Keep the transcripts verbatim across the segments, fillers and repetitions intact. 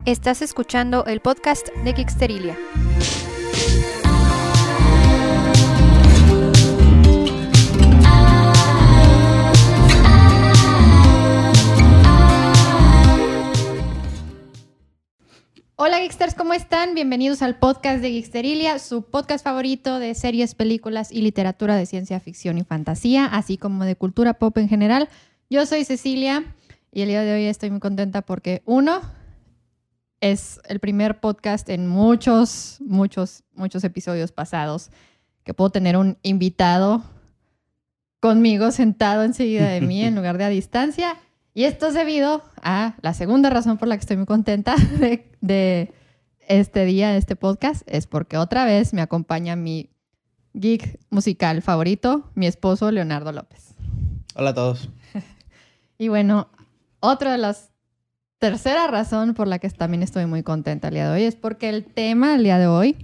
Estás escuchando el podcast de Geeksterilia. Hola Geeksters, ¿cómo están? Bienvenidos al podcast de Geeksterilia, su podcast favorito de series, películas y literatura de ciencia ficción y fantasía, así como de cultura pop en general. Yo soy Cecilia y el día de hoy estoy muy contenta porque, uno, es el primer podcast en muchos, muchos, muchos episodios pasados que puedo tener un invitado conmigo sentado enseguida de mí en lugar de a distancia. Y esto es debido a la segunda razón por la que estoy muy contenta de, de este día, de este podcast, es porque otra vez me acompaña mi geek musical favorito, mi esposo Leonardo López. Hola a todos. Y bueno, otra de las tercera razón por la que también estoy muy contenta el día de hoy es porque el tema el día de hoy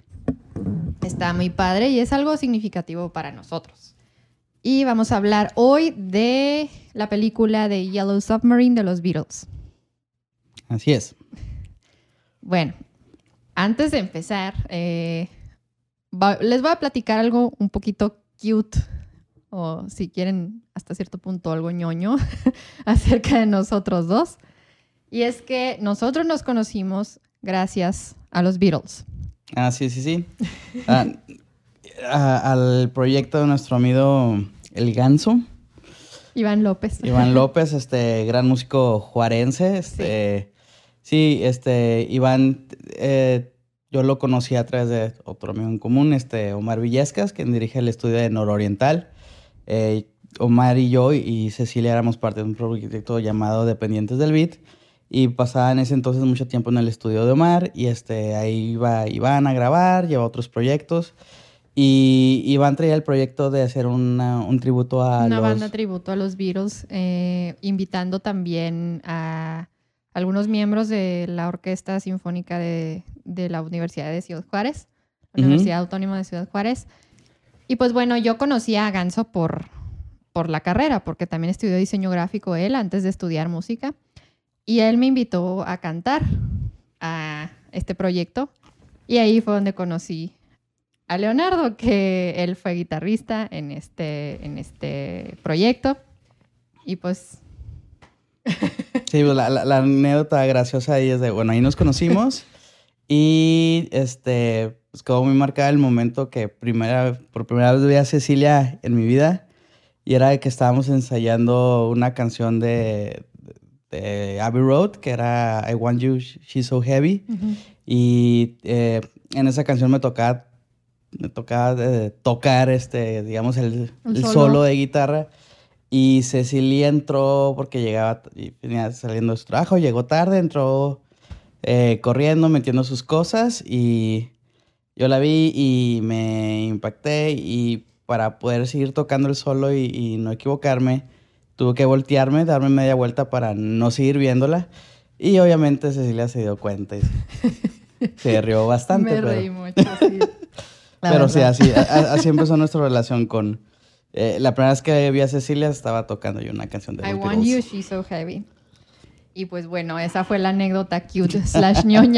está muy padre y es algo significativo para nosotros. Y vamos a hablar hoy de la película de Yellow Submarine de los Beatles. Así es. Bueno, antes de empezar, eh, va, les voy a platicar algo un poquito cute, o si quieren hasta cierto punto algo ñoño, acerca de nosotros dos. Y es que nosotros nos conocimos gracias a los Beatles. Ah, sí, sí, sí. ah, a, al proyecto de nuestro amigo El Ganso. Iván López. Iván López, este gran músico juarense. Este, sí. sí, este, Iván, eh, yo lo conocí a través de otro amigo en común, este, Omar Villescas, quien dirige el estudio de Nororiental. Eh, Omar y yo y Cecilia éramos parte de un proyecto llamado Dependientes del Beat. Y pasaba en ese entonces mucho tiempo en el estudio de Omar y este, ahí iba Iván a grabar, llevaba otros proyectos. Y Iván traía el proyecto de hacer una, un tributo a una los... banda tributo a los Beatles, eh, invitando también a algunos miembros de la Orquesta Sinfónica de, de la Universidad de Ciudad Juárez, la uh-huh. Universidad Autónoma de Ciudad Juárez. Y pues bueno, yo conocí a Ganso por, por la carrera, porque también estudió diseño gráfico él antes de estudiar música. Y él me invitó a cantar a este proyecto. Y ahí fue donde conocí a Leonardo, que él fue guitarrista en este, en este proyecto. Y pues... Sí, la, la, la anécdota graciosa ahí es de, bueno, ahí nos conocimos. Y este, pues quedó muy marcada el momento que primera, por primera vez vi a Cecilia en mi vida. Y era de que estábamos ensayando una canción de... de Abbey Road, que era I Want You, She's So Heavy. Uh-huh. Y eh, en esa canción me tocaba, me tocaba eh, tocar, este, digamos, el, el, el solo. solo de guitarra. Y Cecilia entró porque llegaba y venía saliendo de su trabajo, llegó tarde, entró eh, corriendo, metiendo sus cosas. Y yo la vi y me impacté. Y para poder seguir tocando el solo y, y no equivocarme, tuve que voltearme, darme media vuelta para no seguir viéndola. Y obviamente Cecilia se dio cuenta y se rió bastante. Me pero... reí mucho, sí. Pero sí, así, a, así empezó nuestra relación con... Eh, la primera vez que vi a Cecilia estaba tocando yo una canción de los I Beatles. Want You, She's So Heavy. Y pues bueno, esa fue la anécdota cute slash ñoña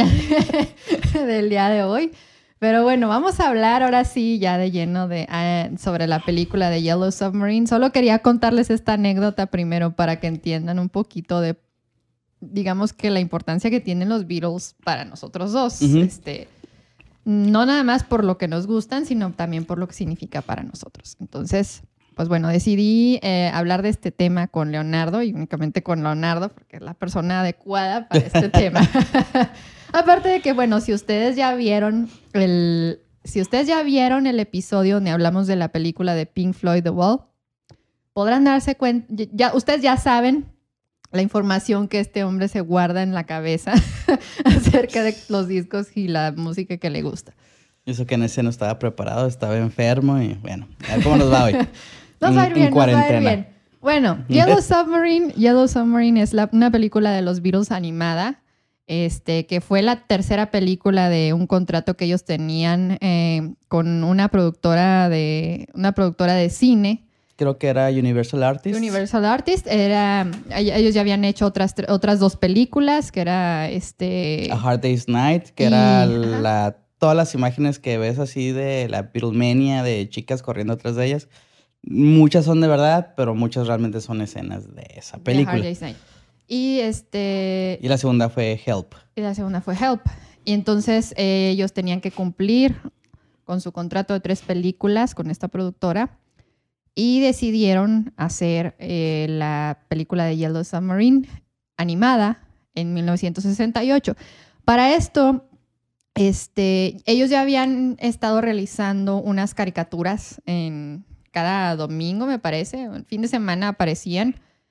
del día de hoy. Pero bueno, vamos a hablar ahora sí ya de lleno de, uh, sobre la película de Yellow Submarine. Solo quería contarles esta anécdota primero para que entiendan un poquito de, digamos que la importancia que tienen los Beatles para nosotros dos. Uh-huh. Este, no nada más por lo que nos gustan, sino también por lo que significa para nosotros. Entonces, pues bueno, decidí eh, hablar de este tema con Leonardo y únicamente con Leonardo porque es la persona adecuada para este tema. Aparte de que, bueno, si ustedes ya vieron el, si ustedes ya vieron el episodio donde hablamos de la película de Pink Floyd, The Wall, podrán darse cuenta, ya, ustedes ya saben la información que este hombre se guarda en la cabeza acerca de los discos y la música que le gusta. Eso que en ese no estaba preparado, estaba enfermo y bueno, a ver cómo nos va hoy. Nos va a ir bien, nos va a ir bien. Bueno, Yellow Submarine, Yellow Submarine es la, una película de los Beatles animada. Este, que fue la tercera película de un contrato que ellos tenían eh, con una productora de, una productora de cine creo que era Universal Artists. Universal Artists, era, ellos ya habían hecho otras, otras dos películas, que era este... A Hard Day's Night, que y, era la, todas las imágenes que ves así de la Beatlemania, de chicas corriendo atrás de ellas. Muchas son de verdad, pero muchas realmente son escenas de esa película. The Hard Day's Night. Y este... Y la segunda fue Help. Y la segunda fue Help. Y entonces eh, ellos tenían que cumplir con su contrato de tres películas con esta productora y decidieron hacer eh, la película de Yellow Submarine animada en mil novecientos sesenta y ocho. Para esto, este, ellos ya habían estado realizando unas caricaturas en cada domingo, me parece, el fin de semana aparecían,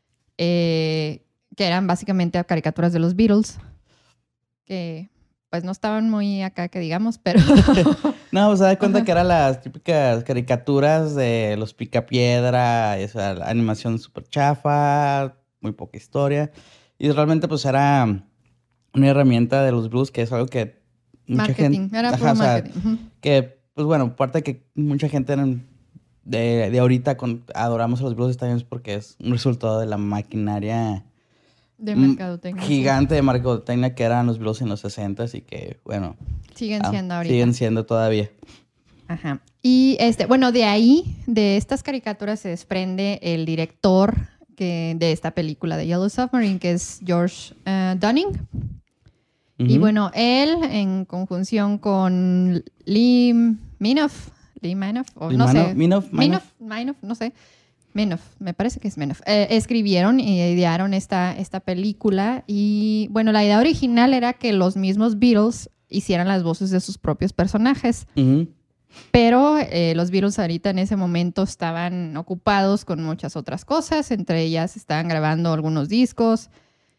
eh, que eran básicamente caricaturas de los Beatles, que pues no estaban muy acá que digamos, pero... No, pues se da cuenta Ajá. que eran las típicas caricaturas de los Picapiedra, esa animación súper chafa, muy poca historia. Y realmente pues era una herramienta de los blues, que es algo que mucha marketing. gente... Era Ajá, puro o sea, marketing. Uh-huh. Que, pues bueno, aparte de que mucha gente de, de ahorita con, adoramos a los blues también es porque es un resultado de la maquinaria... De mercadotecnia. Gigante de mercadotecnia que eran los blues en los sesentas y que, bueno... Siguen siendo ah, ahorita. Siguen siendo todavía. Ajá. Y, este, bueno, de ahí, de estas caricaturas se desprende el director que, de esta película de Yellow Submarine, que es George uh, Dunning. Uh-huh. Y bueno, él, en conjunción con Lee Minoff, Lee Minoff, o Lee no Manoff, sé. Minoff, Minoff, Minoff, no sé. Minoff, me parece que es Minoff. Eh, escribieron y idearon esta, esta película y, bueno, la idea original era que los mismos Beatles hicieran las voces de sus propios personajes. Uh-huh. Pero eh, los Beatles ahorita en ese momento estaban ocupados con muchas otras cosas, entre ellas estaban grabando algunos discos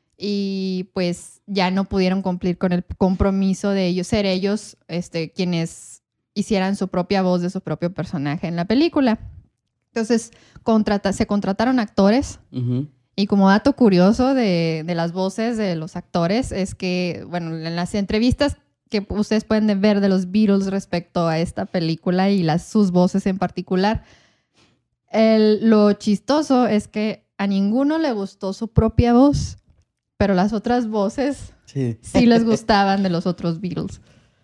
y pues ya no pudieron cumplir con el compromiso de ellos, ser ellos este, quienes hicieran su propia voz de su propio personaje en la película. Entonces contrata, se contrataron actores. Uh-huh. Y como dato curioso de, de las voces de los actores es que, bueno, en las entrevistas que ustedes pueden ver de los Beatles respecto a esta película y las, sus voces en particular, el, lo chistoso es que a ninguno le gustó su propia voz, pero las otras voces sí, sí les gustaban de los otros Beatles.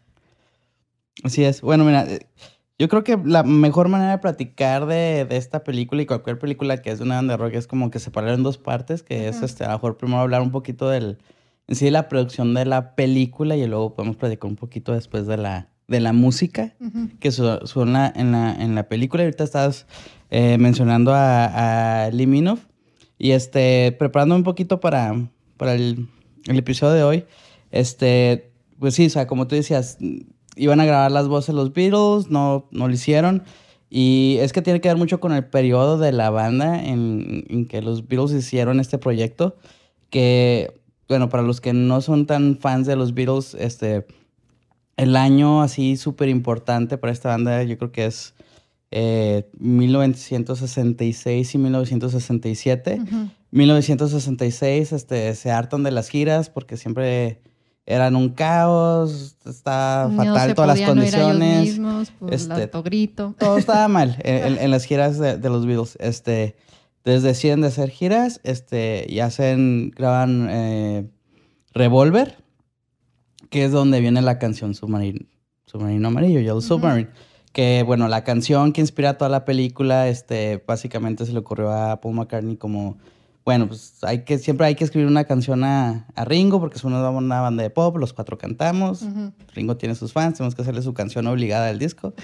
Así es. Bueno, mira, yo creo que la mejor manera de platicar de, de esta película y cualquier película que es de una banda de rock es como que separar en dos partes, que uh-huh. es este, a lo mejor primero hablar un poquito del, en sí de la producción de la película y luego podemos platicar un poquito después de la, de la música uh-huh. que su, suena en la, en la película. Y ahorita estás eh, mencionando a, a Lee Minoff y este, preparándome un poquito para, para el, el episodio de hoy. Este, pues sí, o sea, como tú decías, iban a grabar las voces de los Beatles, no, no lo hicieron. Y es que tiene que ver mucho con el periodo de la banda en, en que los Beatles hicieron este proyecto. Que, bueno, para los que no son tan fans de los Beatles, este, el año así súper importante para esta banda yo creo que es eh, mil novecientos sesenta y seis y mil novecientos sesenta y siete. Uh-huh. mil novecientos sesenta y seis este, se hartan de las giras porque siempre... eran un caos, estaba no fatal todas las condiciones. No ellos mismos, por este, el autogrito. Todo estaba mal en, en, en las giras de, de los Beatles. Este, desde deciden de hacer giras, este, y hacen, graban eh, Revolver, que es donde viene la canción Submarino, Submarino Amarillo, Yellow uh-huh. Submarine. Que, bueno, la canción que inspira toda la película, este, básicamente se le ocurrió a Paul McCartney como... Bueno, pues hay que, siempre hay que escribir una canción a, a Ringo porque es una, una banda de pop, los cuatro cantamos, uh-huh. Ringo tiene sus fans, tenemos que hacerle su canción obligada del disco.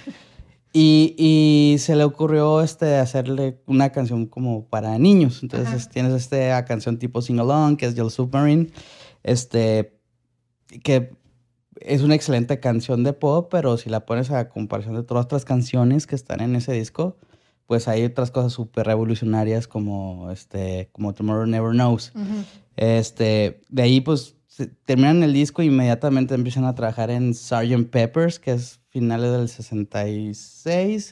Y, y se le ocurrió este, hacerle una canción como para niños. Entonces uh-huh. tienes esta canción tipo Sing Along, que es Yellow Submarine, este, que es una excelente canción de pop, pero si la pones a comparación de todas las otras canciones que están en ese disco... pues hay otras cosas súper revolucionarias como, este, como Tomorrow Never Knows. Uh-huh. Este, de ahí, pues, terminan el disco e inmediatamente empiezan a trabajar en sergeant Pepper's, que es finales del sesenta y seis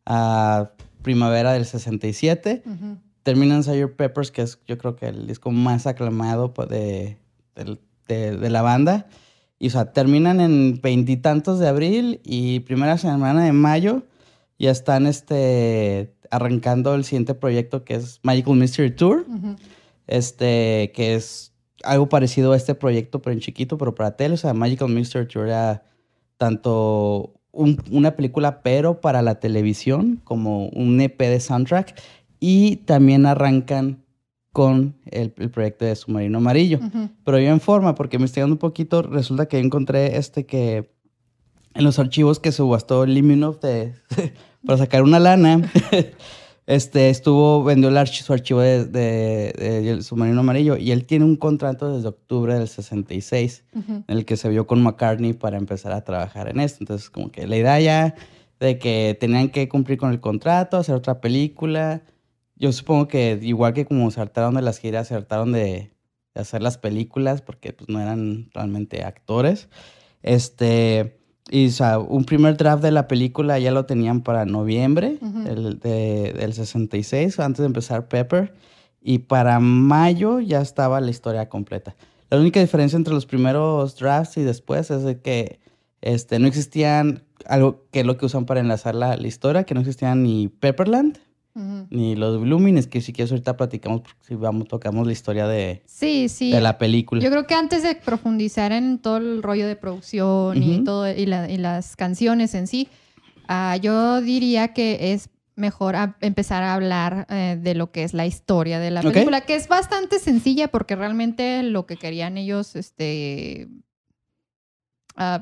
a primavera del sesenta y siete. Uh-huh. Terminan sergeant Pepper's, que es yo creo que el disco más aclamado de, de, de, de la banda. Y, o sea, terminan en veintitantos de abril y primera semana de mayo... ya están este, arrancando el siguiente proyecto que es Magical Mystery Tour, uh-huh. este, que es algo parecido a este proyecto, pero en chiquito, pero para tele. O sea, Magical Mystery Tour era tanto un, una película, pero para la televisión, como un E P de soundtrack. Y también arrancan con el, el proyecto de Submarino Amarillo. Uh-huh. Pero yo en forma, porque investigando un poquito, resulta que encontré este que en los archivos que subastó Liminov de, para sacar una lana, este, estuvo, vendió el archi- su archivo de, de, de, de Submarino Amarillo, y él tiene un contrato desde octubre del sesenta y seis, uh-huh. en el que se vio con McCartney para empezar a trabajar en esto. Entonces, como que la idea ya de que tenían que cumplir con el contrato, hacer otra película. Yo supongo que igual que como se hartaron de las giras, se hartaron de, de hacer las películas, porque pues no eran realmente actores. Este... Y, o sea, un primer draft de la película ya lo tenían para noviembre uh-huh. del, de, del sesenta y seis, antes de empezar Pepper. Y para mayo ya estaba la historia completa. La única diferencia entre los primeros drafts y después es de que este, no existían algo que es lo que usan para enlazar la, la historia, que no existían ni Pepperland, uh-huh. ni los Blue Minis, que si quieres ahorita platicamos, porque si vamos, tocamos la historia de, sí, sí. de la película. Yo creo que antes de profundizar en todo el rollo de producción uh-huh. y todo y, la, y las canciones en sí, uh, yo diría que es mejor a empezar a hablar uh, de lo que es la historia de la okay. película, que es bastante sencilla porque realmente lo que querían ellos, este... Uh,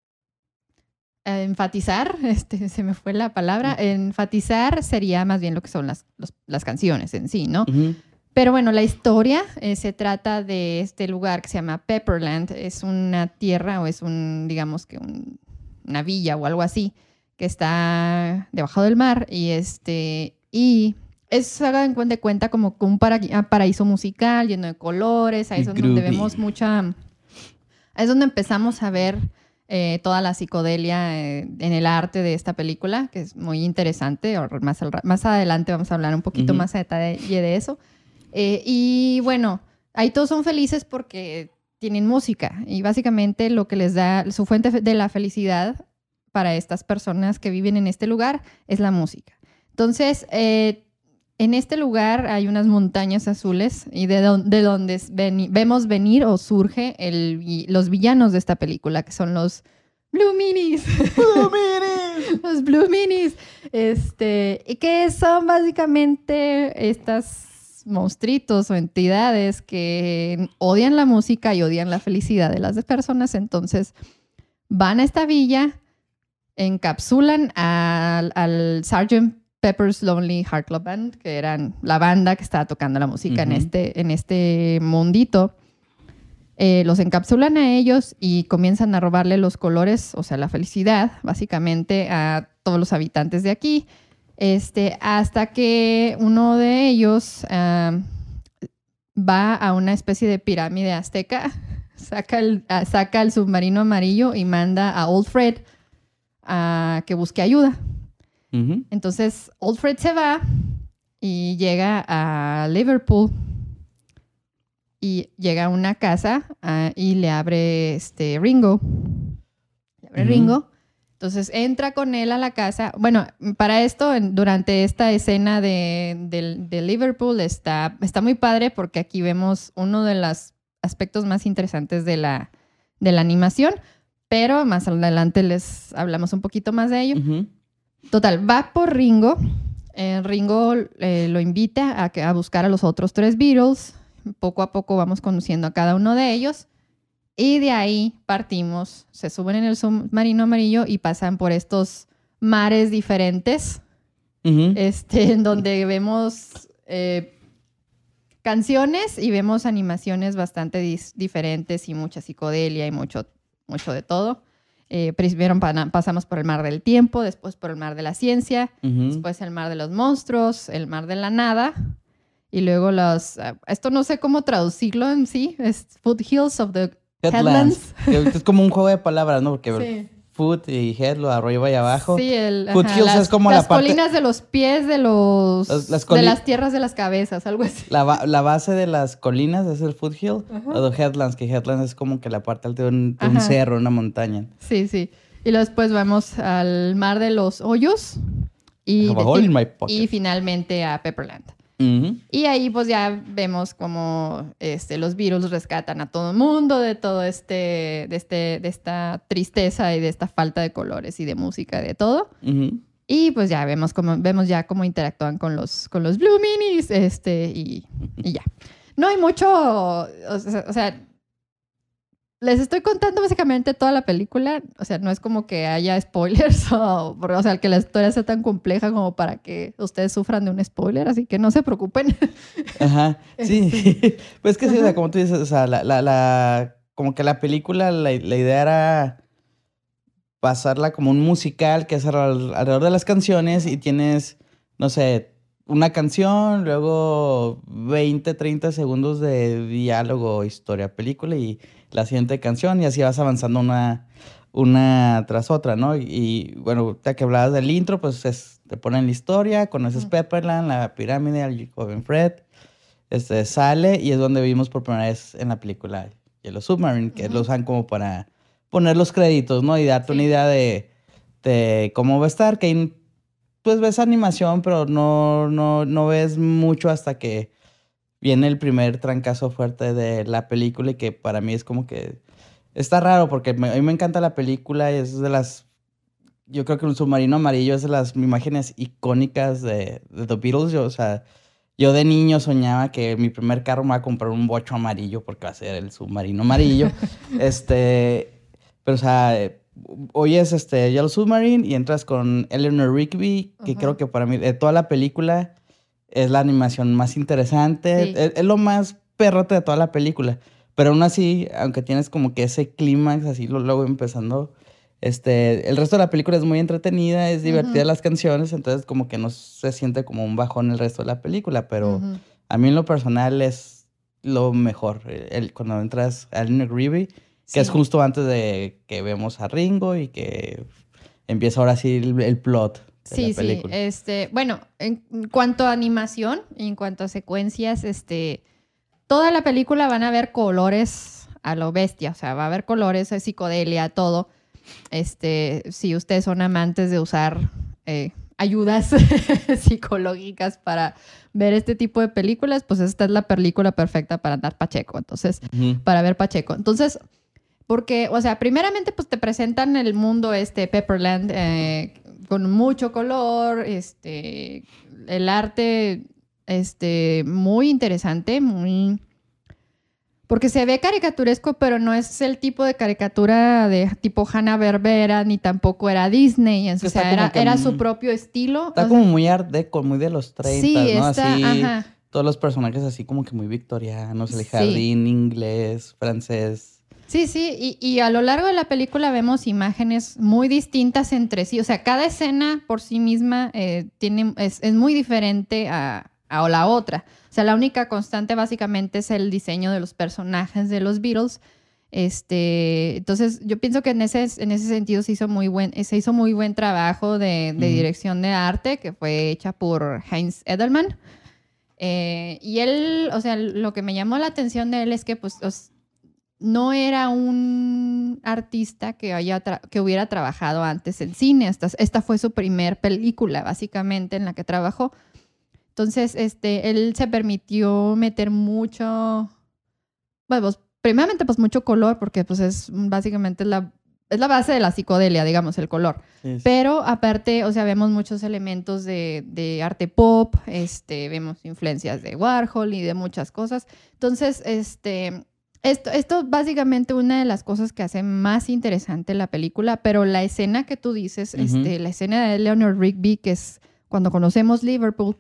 enfatizar, este, se me fue la palabra, uh-huh. enfatizar sería más bien lo que son las, los, las canciones en sí, ¿no? Uh-huh. Pero bueno, la historia eh, se trata de este lugar que se llama Pepperland. Es una tierra o es un, digamos que un, una villa o algo así, que está debajo del mar y este, y es, hagan de cuenta, como un para, paraíso musical lleno de colores. Ahí es donde vemos mucha, ahí es donde empezamos a ver Eh, toda la psicodelia eh, en el arte de esta película, que es muy interesante. Más, al, más adelante vamos a hablar un poquito uh-huh. más a detalle de eso. Eh, y bueno, ahí todos son felices porque tienen música. Y básicamente lo que les da su fuente de la felicidad para estas personas que viven en este lugar es la música. Entonces, eh, en este lugar hay unas montañas azules y de, don, de donde ven, vemos venir o surge el, los villanos de esta película, que son los Blue Minis. Blue Minis. Los Blue Minis. Este, y que son básicamente estas monstruitos o entidades que odian la música y odian la felicidad de las personas. Entonces van a esta villa, encapsulan al, al Sergeant Pepper's Lonely Heart Club Band, que eran la banda que estaba tocando la música uh-huh. en, este, en este mundito. Eh, los encapsulan a ellos y comienzan a robarle los colores, o sea, la felicidad, básicamente, a todos los habitantes de aquí, este, hasta que uno de ellos uh, va a una especie de pirámide azteca, saca el, uh, saca el submarino amarillo y manda a Old Fred a que busque ayuda. Uh-huh. Entonces, Old Fred se va y llega a Liverpool y llega a una casa uh, y le abre este Ringo. Le abre uh-huh. Ringo. Entonces, entra con él a la casa. Bueno, para esto, en, durante esta escena de, de, de Liverpool está, está muy padre porque aquí vemos uno de los aspectos más interesantes de la, de la animación, pero más adelante les hablamos un poquito más de ello. Uh-huh. Total, va por Ringo. Eh, Ringo eh, lo invita a, que, a buscar a los otros tres Beatles. Poco a poco vamos conociendo a cada uno de ellos. Y de ahí partimos. Se suben en el submarino amarillo y pasan por estos mares diferentes. Uh-huh. Este, en donde vemos eh, canciones y vemos animaciones bastante dis- diferentes y mucha psicodelia y mucho, mucho de todo. Eh, primero pasamos por el mar del tiempo, después por el mar de la ciencia, uh-huh. después el mar de los monstruos, el mar de la nada, y luego los... Uh, esto no sé cómo traducirlo en sí, es Foothills of the Headlands. Headlands. Es como un juego de palabras, ¿no? Porque sí. Foot y head, lo arriba y abajo. Sí, el, Foothills ajá, las, es como las la parte... colinas de los pies de los... Las, las coli... De las tierras de las cabezas, algo así. La, la base de las colinas es el foothill, uh-huh. o los headlands, que headlands es como que la parte alta de un, de un cerro, una montaña. Sí, sí. Y luego después vamos al mar de los hoyos. Y, I have a hole in my pocket. Y finalmente a Pepperland. Uh-huh. Y ahí pues ya vemos cómo este, los Beatles rescatan a todo el mundo de todo este de, este, de esta tristeza y de esta falta de colores y de música y de todo. Uh-huh. Y pues ya vemos cómo, vemos ya cómo interactúan con los, con los Blue Minis este, y, y ya. No hay mucho, o sea, o sea, les estoy contando básicamente toda la película. O sea, no es como que haya spoilers o, o sea, que la historia sea tan compleja como para que ustedes sufran de un spoiler. Así que no se preocupen. Ajá, sí. Pues que sí, o sea, como tú dices, o sea, la, la, la, como que la película, la, la idea era pasarla como un musical que es alrededor de las canciones y tienes, no sé, una canción, luego veinte, treinta segundos de diálogo, historia, película y la siguiente canción y así vas avanzando una, una tras otra, ¿no? Y, y bueno, ya que hablabas del intro, pues es, te ponen la historia, conoces uh-huh. Pepperland, la pirámide, al joven Fred, este, sale y es donde vimos por primera vez en la película Yellow Submarine, que uh-huh. lo usan como para poner los créditos, ¿no? Y darte sí. una idea de, de cómo va a estar, que hay, pues ves animación, pero no, no, no ves mucho hasta que viene el primer trancazo fuerte de la película y que para mí es como que está raro porque me, a mí me encanta la película y es de las, yo creo que un submarino amarillo es de las imágenes icónicas de, de The Beatles. Yo, o sea, yo de niño soñaba que mi primer carro me va a comprar un bocho amarillo porque va a ser el submarino amarillo. este, pero o sea, hoy es este Yellow Submarine y entras con Eleanor Rigby, que uh-huh. creo que para mí de toda la película es la animación más interesante, sí. es, es lo más perrote de toda la película. Pero aún así, aunque tienes como que ese clímax así luego empezando, este, el resto de la película es muy entretenida, es divertida uh-huh. las canciones, entonces como que no se siente como un bajón el resto de la película, pero uh-huh. a mí en lo personal es lo mejor. El, cuando entras a Eleanor Rigby, que sí. es justo antes de que vemos a Ringo y que empieza ahora sí el, el plot. Sí, sí. Este, bueno, en cuanto a animación, en cuanto a secuencias, este, toda la película van a ver colores a lo bestia, o sea, va a haber colores, psicodelia, todo. Este, si ustedes son amantes de usar eh, ayudas psicológicas para ver este tipo de películas, pues esta es la película perfecta para andar Pacheco, entonces, uh-huh. para ver Pacheco. Entonces, porque, o sea, primeramente, pues te presentan el mundo este Pepperland, eh, con mucho color, este, el arte, este, muy interesante, muy... Porque se ve caricaturesco, pero no es el tipo de caricatura de tipo Hanna-Barbera, ni tampoco era Disney. O sea, era, era su propio estilo. Está o como sea, muy art deco, muy de los treinta, sí, ¿no? está, así, ajá. Todos los personajes así como que muy victorianos, el Sí. jardín inglés, francés. Sí, sí, y, y a lo largo de la película vemos imágenes muy distintas entre sí. O sea, cada escena por sí misma eh, tiene, es, es muy diferente a, a la otra. O sea, la única constante básicamente es el diseño de los personajes de los Beatles. Este, entonces, yo pienso que en ese, en ese sentido se hizo muy buen, se hizo muy buen trabajo de, de uh-huh. dirección de arte, que fue hecha por Heinz Edelman. Eh, y él, o sea, lo que me llamó la atención de él es que, pues, os, no era un artista que, haya tra- que hubiera trabajado antes en cine. Esta, esta fue su primer película, básicamente, en la que trabajó. Entonces, este, él se permitió meter mucho... Bueno, pues, primeramente, pues, mucho color, porque, pues, es básicamente la, es la base de la psicodelia, digamos, el color. Sí, sí. Pero, aparte, o sea, vemos muchos elementos de, de arte pop, este, vemos influencias de Warhol y de muchas cosas. Entonces, este... Esto, esto básicamente una de las cosas que hace más interesante la película, pero la escena que tú dices, uh-huh. este, la escena de Eleanor Rigby, que es cuando conocemos Liverpool,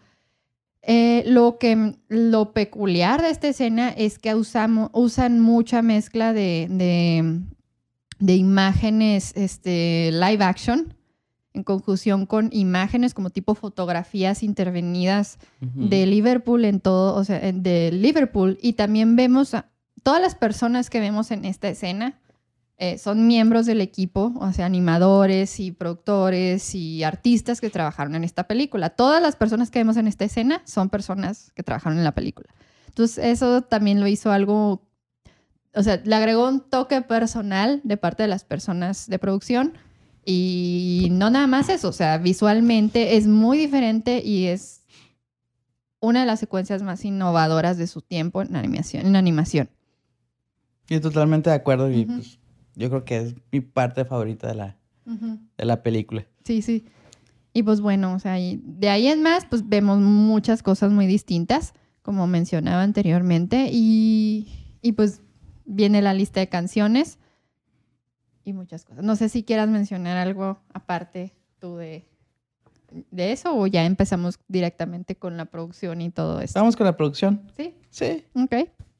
eh, lo, que, lo peculiar de esta escena es que usamos, usan mucha mezcla de, de, de imágenes este, live action en conjunción con imágenes como tipo fotografías intervenidas uh-huh. de Liverpool en todo, o sea, de Liverpool, y también vemos a, todas las personas que vemos en esta escena eh, son miembros del equipo, o sea, animadores y productores y artistas que trabajaron en esta película. Todas las personas que vemos en esta escena son personas que trabajaron en la película. Entonces, eso también lo hizo algo, o sea, le agregó un toque personal de parte de las personas de producción Y no nada más eso, o sea, visualmente es muy diferente y es una de las secuencias más innovadoras de su tiempo en animación. En animación. Sí, totalmente de acuerdo y Uh-huh. pues yo creo que es mi parte favorita de la, uh-huh. de la película. Sí, sí. Y pues bueno, o sea, y de ahí en más, pues vemos muchas cosas muy distintas, como mencionaba anteriormente, y, y pues viene la lista de canciones y muchas cosas. No sé si quieras mencionar algo aparte tú de, de eso o ya empezamos directamente con la producción y todo esto. Vamos con la producción. ¿Sí? Sí. Ok.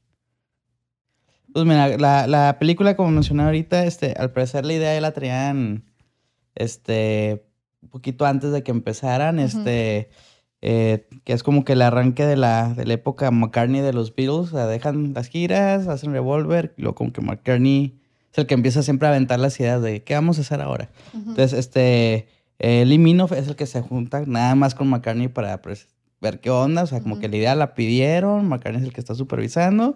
Pues mira, la, la película, como mencioné ahorita, este, al parecer la idea ya la traían este, un poquito antes de que empezaran, uh-huh. este, eh, que es como que el arranque de la, de la época McCartney de los Beatles. O sea, dejan las giras, hacen Revolver, y luego como que McCartney es el que empieza siempre a aventar las ideas de qué vamos a hacer ahora. Uh-huh. Entonces, este, eh, Lee Minoff es el que se junta nada más con McCartney para pues, ver qué onda. O sea, como uh-huh. que la idea la pidieron, McCartney es el que está supervisando.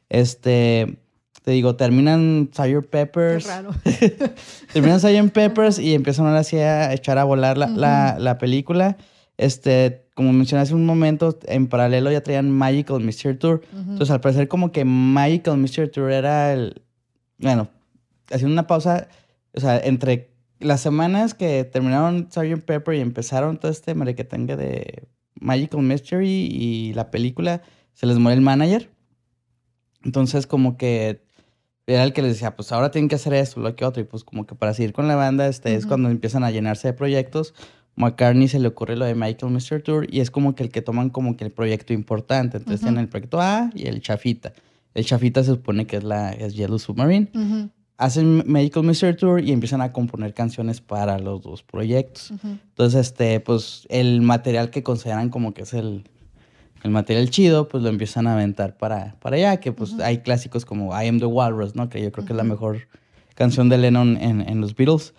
Este, te digo, terminan sergeant Pepper's. Qué raro. terminan sergeant Pepper's y empiezan ahora sí a echar a volar la, uh-huh. la, la película. Este, como mencioné hace un momento, en paralelo ya traían Magical Mystery Tour. Uh-huh. Entonces, al parecer como que Magical Mystery Tour era el... Bueno, haciendo una pausa, o sea, entre las semanas que terminaron sergeant Pepper y empezaron todo este merequetengue de Magical Mystery y la película, se les muere el manager. Entonces, como que era el que les decía, pues ahora tienen que hacer esto, lo que otro. Y pues como que para seguir con la banda, este, uh-huh. es cuando empiezan a llenarse de proyectos. McCartney se le ocurre lo de Magical Mystery Tour y es como que el que toman como que el proyecto importante. Entonces, uh-huh. tienen el proyecto A y el Chafita. El Chafita se supone que es la es Yellow Submarine. Uh-huh. Hacen Magical Mystery Tour y empiezan a componer canciones para los dos proyectos. Uh-huh. Entonces, este, pues el material que consideran como que es el... El material chido, pues lo empiezan a aventar para, para allá, que pues uh-huh. hay clásicos como I Am the Walrus, ¿no? Que yo creo uh-huh. que es la mejor canción de Lennon en, en los Beatles.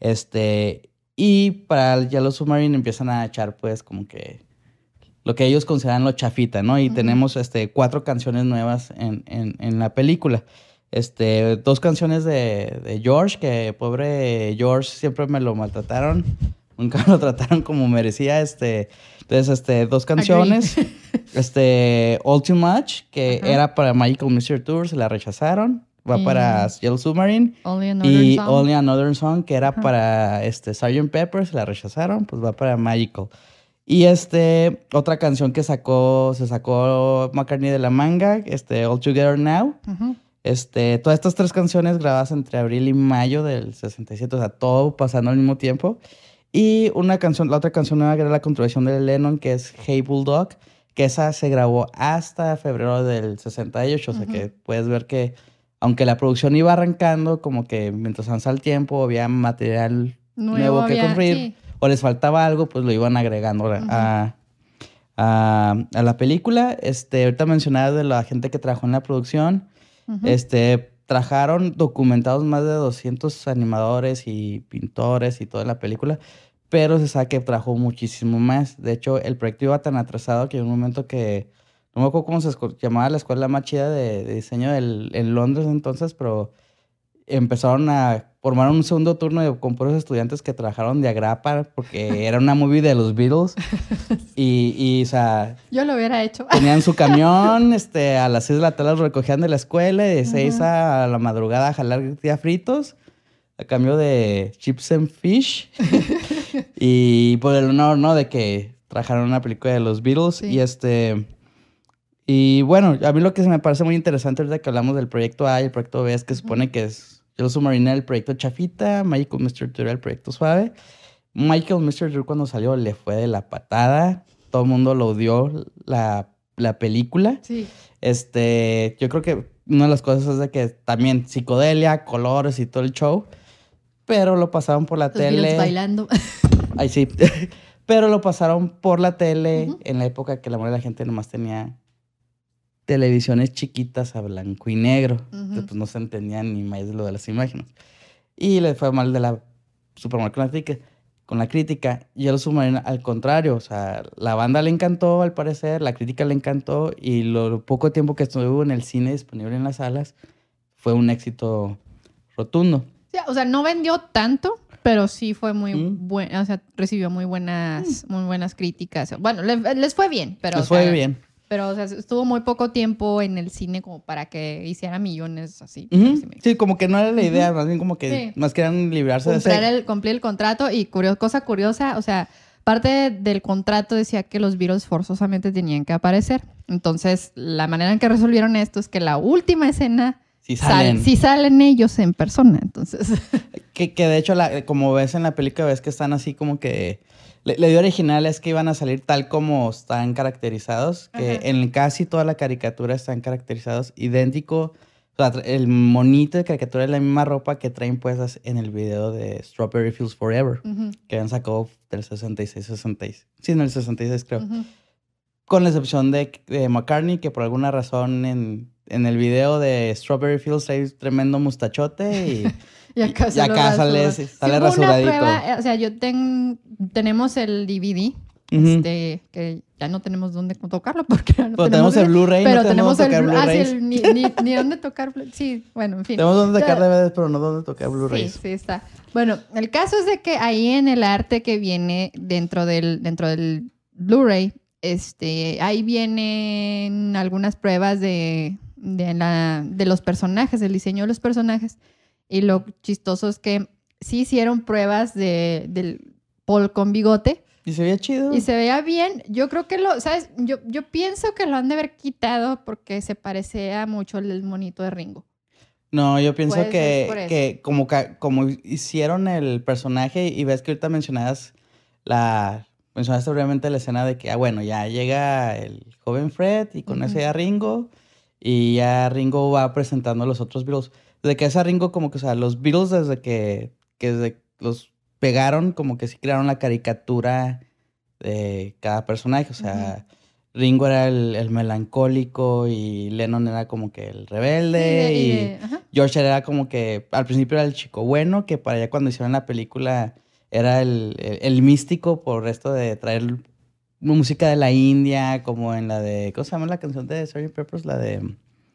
Este, y para el Yellow Submarine empiezan a echar pues como que lo que ellos consideran lo chafita, ¿no? Y uh-huh. tenemos este, cuatro canciones nuevas en, en, en la película. Este, dos canciones de, de George, que pobre George siempre me lo maltrataron. Nunca lo trataron como merecía, este... Entonces, este, dos canciones. Agree. Este, All Too Much, que uh-huh. era para Magical Mystery Tour, se la rechazaron. Va mm. para Yellow Submarine. Only Another y Song. Only Another Song, que era uh-huh. para este, sergeant Pepper, se la rechazaron, pues va para Magical. Y este, otra canción que sacó, se sacó McCartney de la manga, este, All Together Now. Uh-huh. Este, todas estas tres canciones grabadas entre abril y mayo del sesenta y siete, o sea, todo pasando al mismo tiempo. Y una canción, la otra canción nueva que era la contribución de Lennon, que es Hey Bulldog, que esa se grabó hasta febrero del sesenta y ocho. Uh-huh. O sea que puedes ver que, aunque la producción iba arrancando, como que mientras avanzaba el tiempo, había material nuevo, nuevo que había, construir, sí. o les faltaba algo, pues lo iban agregando uh-huh. a, a, a la película. Este, ahorita mencionaba de la gente que trabajó en la producción. Uh-huh. Este... Trabajaron documentados más de doscientos animadores y pintores y toda la película, pero se sabe que trabajó muchísimo más. De hecho, el proyecto iba tan atrasado que en un momento que... No me acuerdo cómo se llamaba la escuela más chida de, de diseño del, en Londres entonces, pero empezaron a formar un segundo turno de, con puros estudiantes que trabajaron de agrapa porque era una movie de los Beatles. Y, y, o sea... Yo lo hubiera hecho. Tenían su camión, este, a las seis de la tarde los recogían de la escuela y de seis uh-huh. a la madrugada a jalar tía fritos a cambio de chips and fish. Y por el honor, ¿no? De que trabajaron una película de los Beatles. Sí. Y este... Y bueno, a mí lo que me parece muy interesante ahorita que hablamos del proyecto A y el proyecto B es que uh-huh. supone que es... Yellow Submarine el proyecto chafita, Magical Mystery Tour el proyecto suave. Magical Mystery Tour cuando salió le fue de la patada. Todo el mundo lo odió la, la película. Sí. Este, yo creo que una de las cosas es de que también psicodelia, colores y todo el show. Pero lo pasaron por la Los tele. Beatles bailando. Ay, sí. Pero lo pasaron por la tele uh-huh. en la época que la mayoría de la gente nomás tenía televisiones chiquitas a blanco y negro. Uh-huh. Entonces, pues no se entendía ni más de lo de las imágenes. Y le fue mal de la super mal con la crítica. Con la crítica. Y Yellow Submarine, al contrario, o sea, la banda le encantó, al parecer, la crítica le encantó, y lo poco tiempo que estuvo en el cine disponible en las salas, fue un éxito rotundo. O sea, no vendió tanto, pero sí fue muy mm. buena, o sea, recibió muy buenas, mm. muy buenas críticas. Bueno, les, les fue bien, pero... Les o sea, fue bien. Pero, o sea, estuvo muy poco tiempo en el cine como para que hiciera millones así. Uh-huh. Sí, como que no era la idea, uh-huh. más bien como que sí. más querían librarse Cumplir de ese... El, cumplir el contrato y curio, cosa curiosa, o sea, parte del contrato decía que los Beatles forzosamente tenían que aparecer. Entonces, la manera en que resolvieron esto es que la última escena... Sí salen. Sal, sí salen ellos en persona, entonces... que, que de hecho, la, como ves en la película, ves que están así como que... La idea original es que iban a salir tal como están caracterizados, que Ajá. en casi toda la caricatura están caracterizados idéntico. O sea, el monito de caricatura es la misma ropa que traen puestas en el video de Strawberry Fields Forever, uh-huh. que han sacado del sesenta y seis, sesenta y seis. Sí, en el sesenta y seis creo. Uh-huh. Con la excepción de, de McCartney, que por alguna razón en, en el video de Strawberry Fields trae tremendo mustachote y... Y acá, y acá sale, sale sí, rasuradito. Una prueba, o sea, yo ten, tenemos el D V D, uh-huh. este, que ya no tenemos dónde tocarlo porque no pero tenemos, tenemos el Blu-ray, pero no tenemos, tenemos el Blu-ray. Ah, sí, ni, ni, ni dónde tocar, sí, bueno, en fin. Tenemos dónde tocar D V Ds, pero no dónde tocar Blu-ray. Sí, sí está. Bueno, el caso es de que ahí en el arte que viene dentro del, dentro del Blu-ray, este, ahí vienen algunas pruebas de, de, la, de los personajes, del diseño de los personajes. Y lo chistoso es que sí hicieron pruebas de, del Paul con bigote. Y se veía chido. Y se veía bien. Yo creo que lo, ¿sabes? Yo, yo pienso que lo han de haber quitado porque se parecía mucho el monito de Ringo. No, yo pienso que, que como, como hicieron el personaje y ves que ahorita mencionabas la... Mencionaste brevemente la escena de que, ah, bueno, ya llega el joven Fred y conoce uh-huh. a Ringo y ya Ringo va presentando a los otros Beatles. Desde que esa Ringo como que, o sea, los Beatles desde que, que desde los pegaron como que sí crearon la caricatura de cada personaje. O sea, uh-huh. Ringo era el, el melancólico y Lennon era como que el rebelde. Sí, de, y de, uh-huh. George era como que al principio era el chico bueno, que para allá cuando hicieron la película era el, el, el místico por esto de traer música de la India, como en la de, ¿cómo se llama la canción de sergeant Pepper's? La de,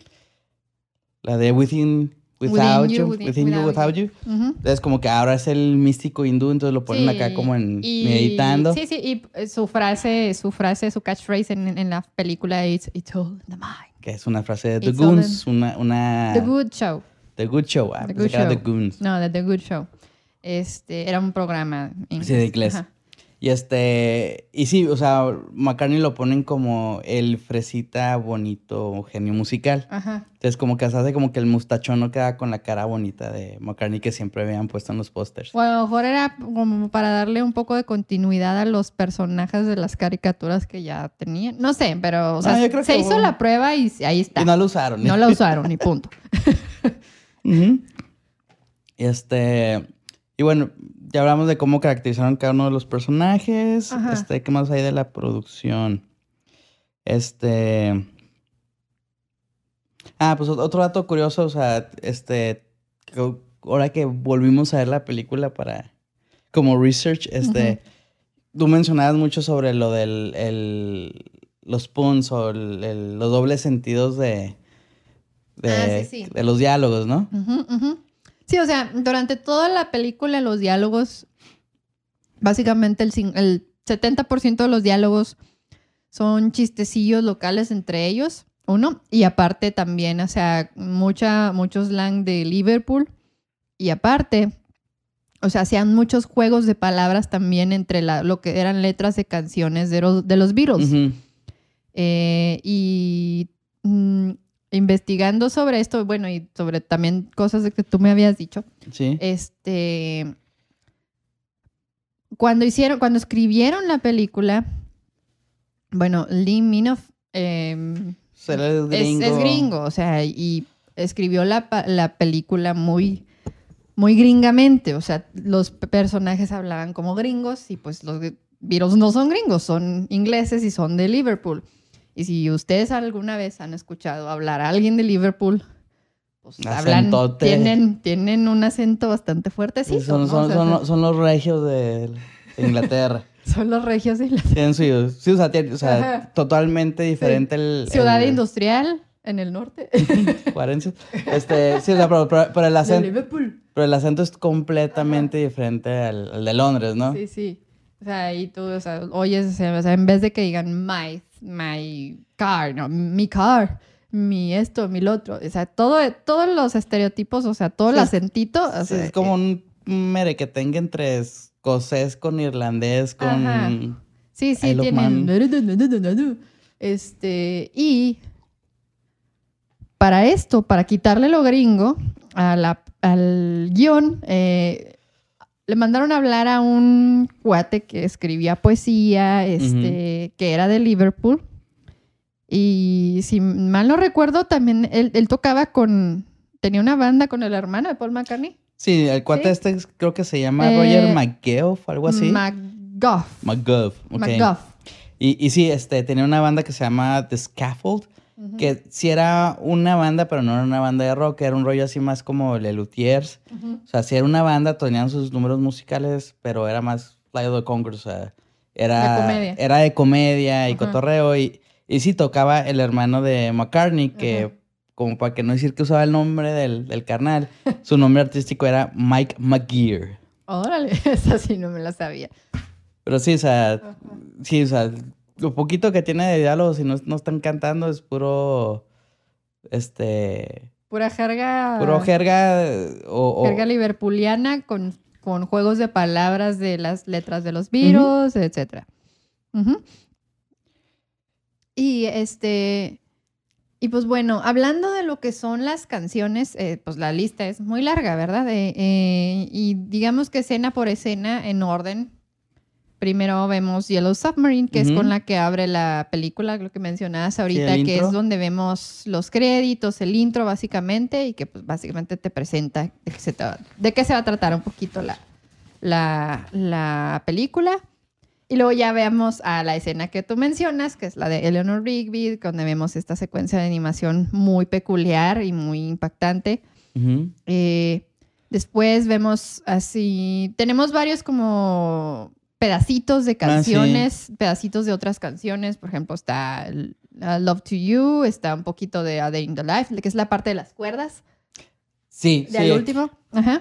la de Within... Without within you, within, within you, without you. you. Uh-huh. Entonces, como que ahora es el místico hindú, entonces lo ponen sí, acá como en y, meditando. Sí, sí, y su frase, su frase, su catchphrase en, en la película es It's all in the mind. Que es una frase de The It's Goons, in, una, una... The Good Show. The Good Show, ah, The, good show. Era The Goons. No, de The Good Show. Este, era un programa en inglés. Sí, de inglés. Ajá. Y este, y sí, o sea, McCartney lo ponen como el fresita bonito genio musical. Ajá. Entonces como que se hace como que el mustachón no queda con la cara bonita de McCartney que siempre habían puesto en los pósters. Bueno, a lo mejor era como para darle un poco de continuidad a los personajes de las caricaturas que ya tenían. No sé, pero o sea, no, se hizo bueno. la prueba y ahí está. Y no lo usaron. No lo usaron, y punto. uh-huh. Este, y bueno... Ya hablamos de cómo caracterizaron cada uno de los personajes. Ajá. Este, ¿qué más hay de la producción? Este... Ah, pues otro dato curioso, o sea, este... Ahora que volvimos a ver la película para... Como research, este... Uh-huh. Tú mencionabas mucho sobre lo del... El, los puns o el, el, los dobles sentidos de... De, ah, sí, sí. de los diálogos, ¿no? Uh-huh, uh-huh. Sí, o sea, durante toda la película los diálogos, básicamente el, el setenta por ciento de los diálogos son chistecillos locales entre ellos, uno, y aparte también, o sea, mucha, mucho slang de Liverpool, y aparte, o sea, hacían muchos juegos de palabras también entre la, lo que eran letras de canciones de los, de los Beatles. Uh-huh. Eh, y... Mm, investigando sobre esto, bueno, y sobre también cosas de que tú me habías dicho. Sí. Este, cuando hicieron, cuando escribieron la película, bueno, Lee Minoff eh, es, gringo. Es, es gringo, o sea, y escribió la, la película muy, muy gringamente, o sea, los personajes hablaban como gringos y pues los Beatles no son gringos, son ingleses y son de Liverpool. Y si ustedes alguna vez han escuchado hablar a alguien de Liverpool, pues hablan, tienen, tienen un acento bastante fuertecito. Son, ¿no? son, o sea, son, son los regios de, de Inglaterra. Son los regios de Inglaterra. Tienen su, sí, o sea, tiene, o sea totalmente diferente sí. el... Ciudad el... industrial. en el norte. Juarense. Este, sí, o sea, pero, pero, pero el De acento... Liverpool. Pero el acento es completamente Ajá. diferente al, al de Londres, ¿no? Sí, sí. O sea, ahí tú, o sea, oyes, o sea, en vez de que digan my, my car, no, mi car, mi esto, mi lo otro. O sea, todo, todos los estereotipos, o sea, todo sí, el acentito. Sí, o sea, es como eh, un merequetengue entre escocés con irlandés, con... Ajá. Sí, sí, tienen... Este, y para esto, para quitarle lo gringo a la, al guión, eh, le mandaron a hablar a un cuate que escribía poesía, este, uh-huh. que era de Liverpool. Y si mal no recuerdo, también él, él tocaba con... Tenía una banda con el hermano de Paul McCartney. Sí, el cuate ¿Sí? este creo que se llama eh, Roger McGough, algo así. McGough. McGough, ok. McGough. Y, y sí, este, tenía una banda que se llama The Scaffold, uh-huh. que sí era una banda, pero no era una banda de rock, era un rollo así más como Le Luthiers. Uh-huh. O sea, sí era una banda, tenían sus números musicales, pero era más Flight of the Conchords, o sea, era de comedia, era de comedia y uh-huh. cotorreo. Y, y sí tocaba el hermano de McCartney, que... Uh-huh. Como para que no decir que usaba el nombre del, del carnal, su nombre artístico era Mike McGear. Órale, esa sí no me la sabía. Pero sí, o sea, uh-huh. sí, o sea, lo poquito que tiene de diálogos y no, no están cantando es puro, este... Pura jerga... Puro jerga o... o jerga liverpuliana con, con juegos de palabras de las letras de los Beatles, uh-huh. etcétera. Uh-huh. Y este... Y pues bueno, hablando de lo que son las canciones, eh, pues la lista es muy larga, ¿verdad? Eh, eh, y digamos que escena por escena, en orden. Primero vemos Yellow Submarine, que uh-huh. es con la que abre la película, lo que mencionabas ahorita, sí, que es donde vemos los créditos, el intro básicamente, y que pues básicamente te presenta de qué se, te va, de qué se va a tratar un poquito la, la, la película. Y luego ya veamos a la escena que tú mencionas, que es la de Eleanor Rigby, donde vemos esta secuencia de animación muy peculiar y muy impactante. Uh-huh. Eh, después vemos así... Tenemos varios como pedacitos de canciones, ah, sí. pedacitos de otras canciones. Por ejemplo, está uh, Love to You, está un poquito de A Day in the Life, que es la parte de las cuerdas. Sí, de sí. Del último. Ajá.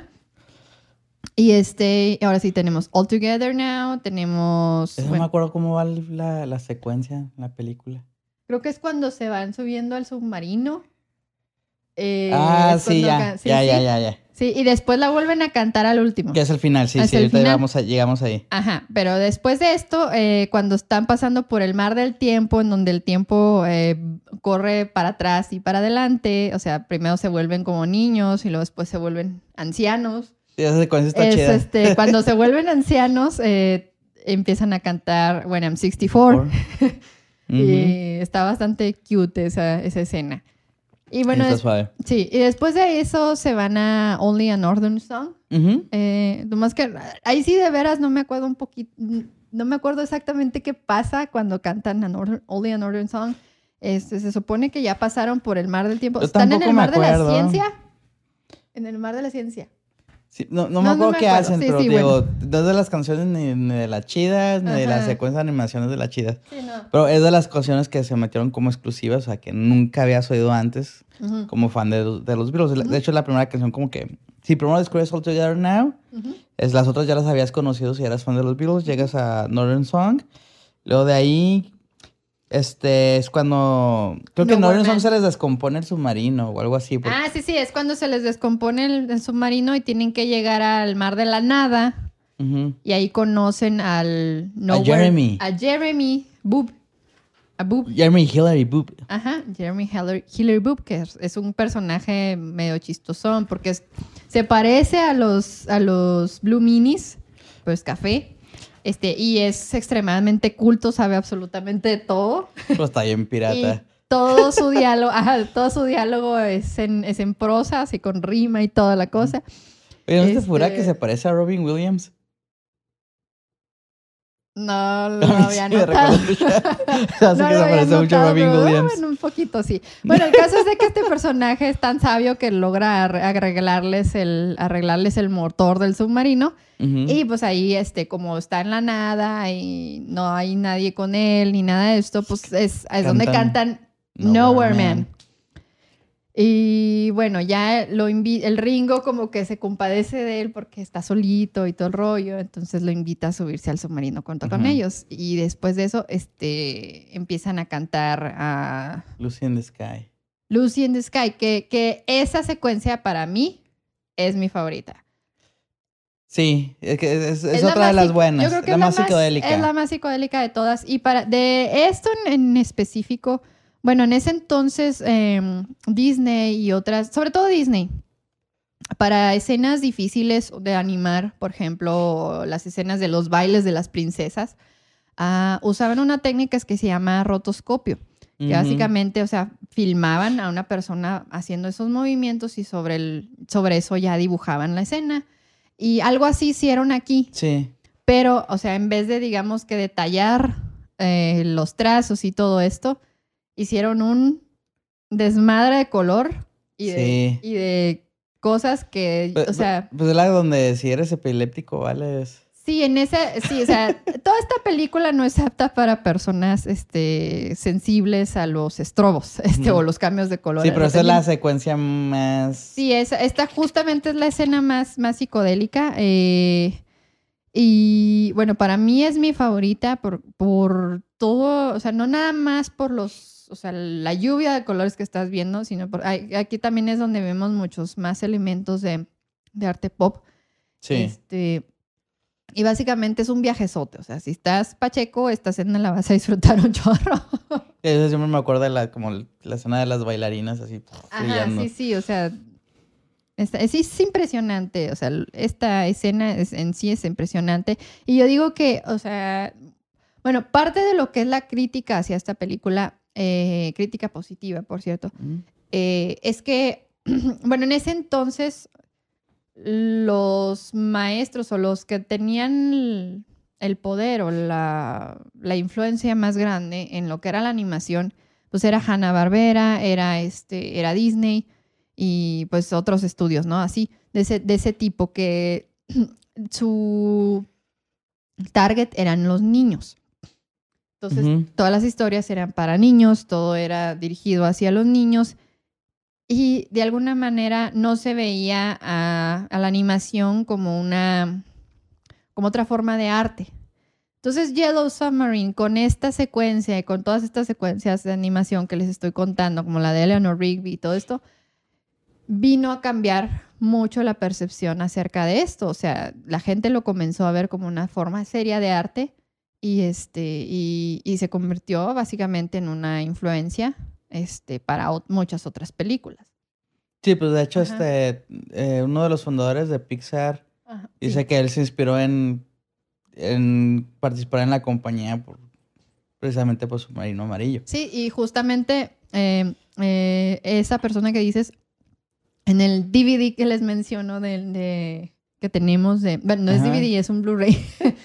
Y este, ahora sí tenemos All Together Now, tenemos... No bueno, me acuerdo cómo va la, la secuencia, la película. Creo que es cuando se van subiendo al submarino. Eh, ah, sí ya, can... sí, ya, sí, ya, ya, ya. Sí, y después la vuelven a cantar al último. Que es el final, sí, sí, ahorita llegamos, a, llegamos ahí. Ajá, pero después de esto, eh, cuando están pasando por el mar del tiempo, en donde el tiempo eh, corre para atrás y para adelante, o sea, primero se vuelven como niños y luego después se vuelven ancianos. Sí, esa secuencia está es, chida. Este, cuando se vuelven ancianos, eh, empiezan a cantar When I'm sixty-four. Y uh-huh. está bastante cute esa, esa escena. Y bueno, está suave. Sí, y después de eso se van a Only a Northern Song. Uh-huh. Eh, nomás que ahí sí de veras no me acuerdo un poquito, no me acuerdo exactamente qué pasa cuando cantan a Northern, Only a Northern Song. Este, se supone que ya pasaron por el mar del tiempo. Yo ¿Están en el mar de la acuerdo. ciencia? En el mar de la ciencia. Sí, no, no me acuerdo no, no me qué acuerdo. hacen, sí, pero sí, digo, bueno. no es de las canciones ni, ni de las chidas, ni Ajá. de las secuencias de animaciones de las chidas. Sí, no. Pero es de las canciones que se metieron como exclusivas, o sea, que nunca habías oído antes uh-huh. como fan de, de los Beatles. Uh-huh. De hecho, la primera canción como que... Si primero descubres All Together Now, uh-huh. es, las otras ya las habías conocido si eras fan de los Beatles, llegas a Northern Song. Luego de ahí... Este, es cuando... Creo que no, Northern Song se les descompone el submarino o algo así. Porque... Ah, sí, sí, es cuando se les descompone el, el submarino y tienen que llegar al mar de la nada. Uh-huh. Y ahí conocen al... Nowhere, a Jeremy. A Jeremy Boop. A Boop. Jeremy Hillary Boop. Ajá, Jeremy Hillary, Hillary Boop, que es, es un personaje medio chistosón porque es, se parece a los, a los Blue Minis, pues café. Este, y es extremadamente culto, sabe absolutamente de todo. Pero está bien pirata. Y todo su diálogo, ajá, todo su diálogo es en, es en prosa, así con rima y toda la cosa. Oye, ¿no este... te jura que se parece a Robin Williams? No lo había notado. Así no que se parece mucho a Robin pero, Williams. Bueno, un poquito sí. Bueno, el caso es de que este personaje es tan sabio que logra arreglarles el, arreglarles el motor del submarino. Uh-huh. Y pues ahí, este, como está en la nada y no hay nadie con él ni nada de esto, pues es, es donde cantan Nowhere, Nowhere Man. Man. Y bueno, ya lo invi- el Ringo como que se compadece de él porque está solito y todo el rollo, entonces lo invita a subirse al submarino junto con Ujú. ellos. Y después de eso, este, empiezan a cantar a Lucy in the Sky. Lucy in the Sky, que, que esa secuencia para mí es mi favorita. Sí, es, que es, es, es la otra de más las psic- buenas. Yo creo que la es más la más psicodélica. Es la más psicodélica de todas. Y para de esto en, en específico, bueno, en ese entonces eh, Disney y otras, sobre todo Disney, para escenas difíciles de animar, por ejemplo, las escenas de los bailes de las princesas, uh, usaban una técnica que se llama rotoscopio, que Ujú. básicamente, o sea, filmaban a una persona haciendo esos movimientos y sobre, el, sobre eso ya dibujaban la escena. Y algo así hicieron aquí. Sí. Pero, o sea, en vez de, digamos, que detallar eh, los trazos y todo esto, hicieron un desmadre de color y, Sí. de, y de cosas que, Pues, o sea... Pues es la donde si eres epiléptico, ¿vale? Es... Sí, en ese, sí, o sea, toda esta película no es apta para personas este, sensibles a los estrobos este, Ujú. o los cambios de color. Sí, pero esa es la Dependiendo- secuencia más... Sí, esa, esta justamente es la escena más, más psicodélica. eh, y bueno, para mí es mi favorita por, por todo, o sea, no nada más por los, o sea, la lluvia de colores que estás viendo, sino por, ay, aquí también es donde vemos muchos más elementos de, de arte pop. Sí. Este, y básicamente es un viajezote, o sea, si estás pacheco, esta escena la vas a disfrutar un chorro. Eso siempre me acuerdo de la, como la escena de las bailarinas así. Ajá, brillando. sí, sí, o sea, es, es, es impresionante, o sea, esta escena es, en sí es impresionante. Y yo digo que, o sea, bueno, parte de lo que es la crítica hacia esta película, eh, crítica positiva, por cierto, Mm. eh, es que, bueno, en ese entonces los maestros o los que tenían el poder o la, la influencia más grande en lo que era la animación, pues era Hanna-Barbera, era, este, era Disney y pues otros estudios, ¿no? Así, de ese, de ese tipo que su target eran los niños. Entonces, Ujú. todas las historias eran para niños, todo era dirigido hacia los niños y de alguna manera no se veía a, a la animación como una, como otra forma de arte. Entonces, Yellow Submarine, con esta secuencia y con todas estas secuencias de animación que les estoy contando, como la de Eleanor Rigby y todo esto, vino a cambiar mucho la percepción acerca de esto. O sea, la gente lo comenzó a ver como una forma seria de arte y, este, y, y se convirtió básicamente en una influencia este, para o- muchas otras películas. Sí, pues de hecho, Ajá. este, eh, uno de los fundadores de Pixar Ajá, dice sí. que él se inspiró en, en participar en la compañía por, precisamente por Submarino Amarillo. Sí, y justamente eh, eh, esa persona que dices, en el D V D que les menciono del de, que tenemos, de, bueno, no es Ajá. D V D, es un Blu-ray,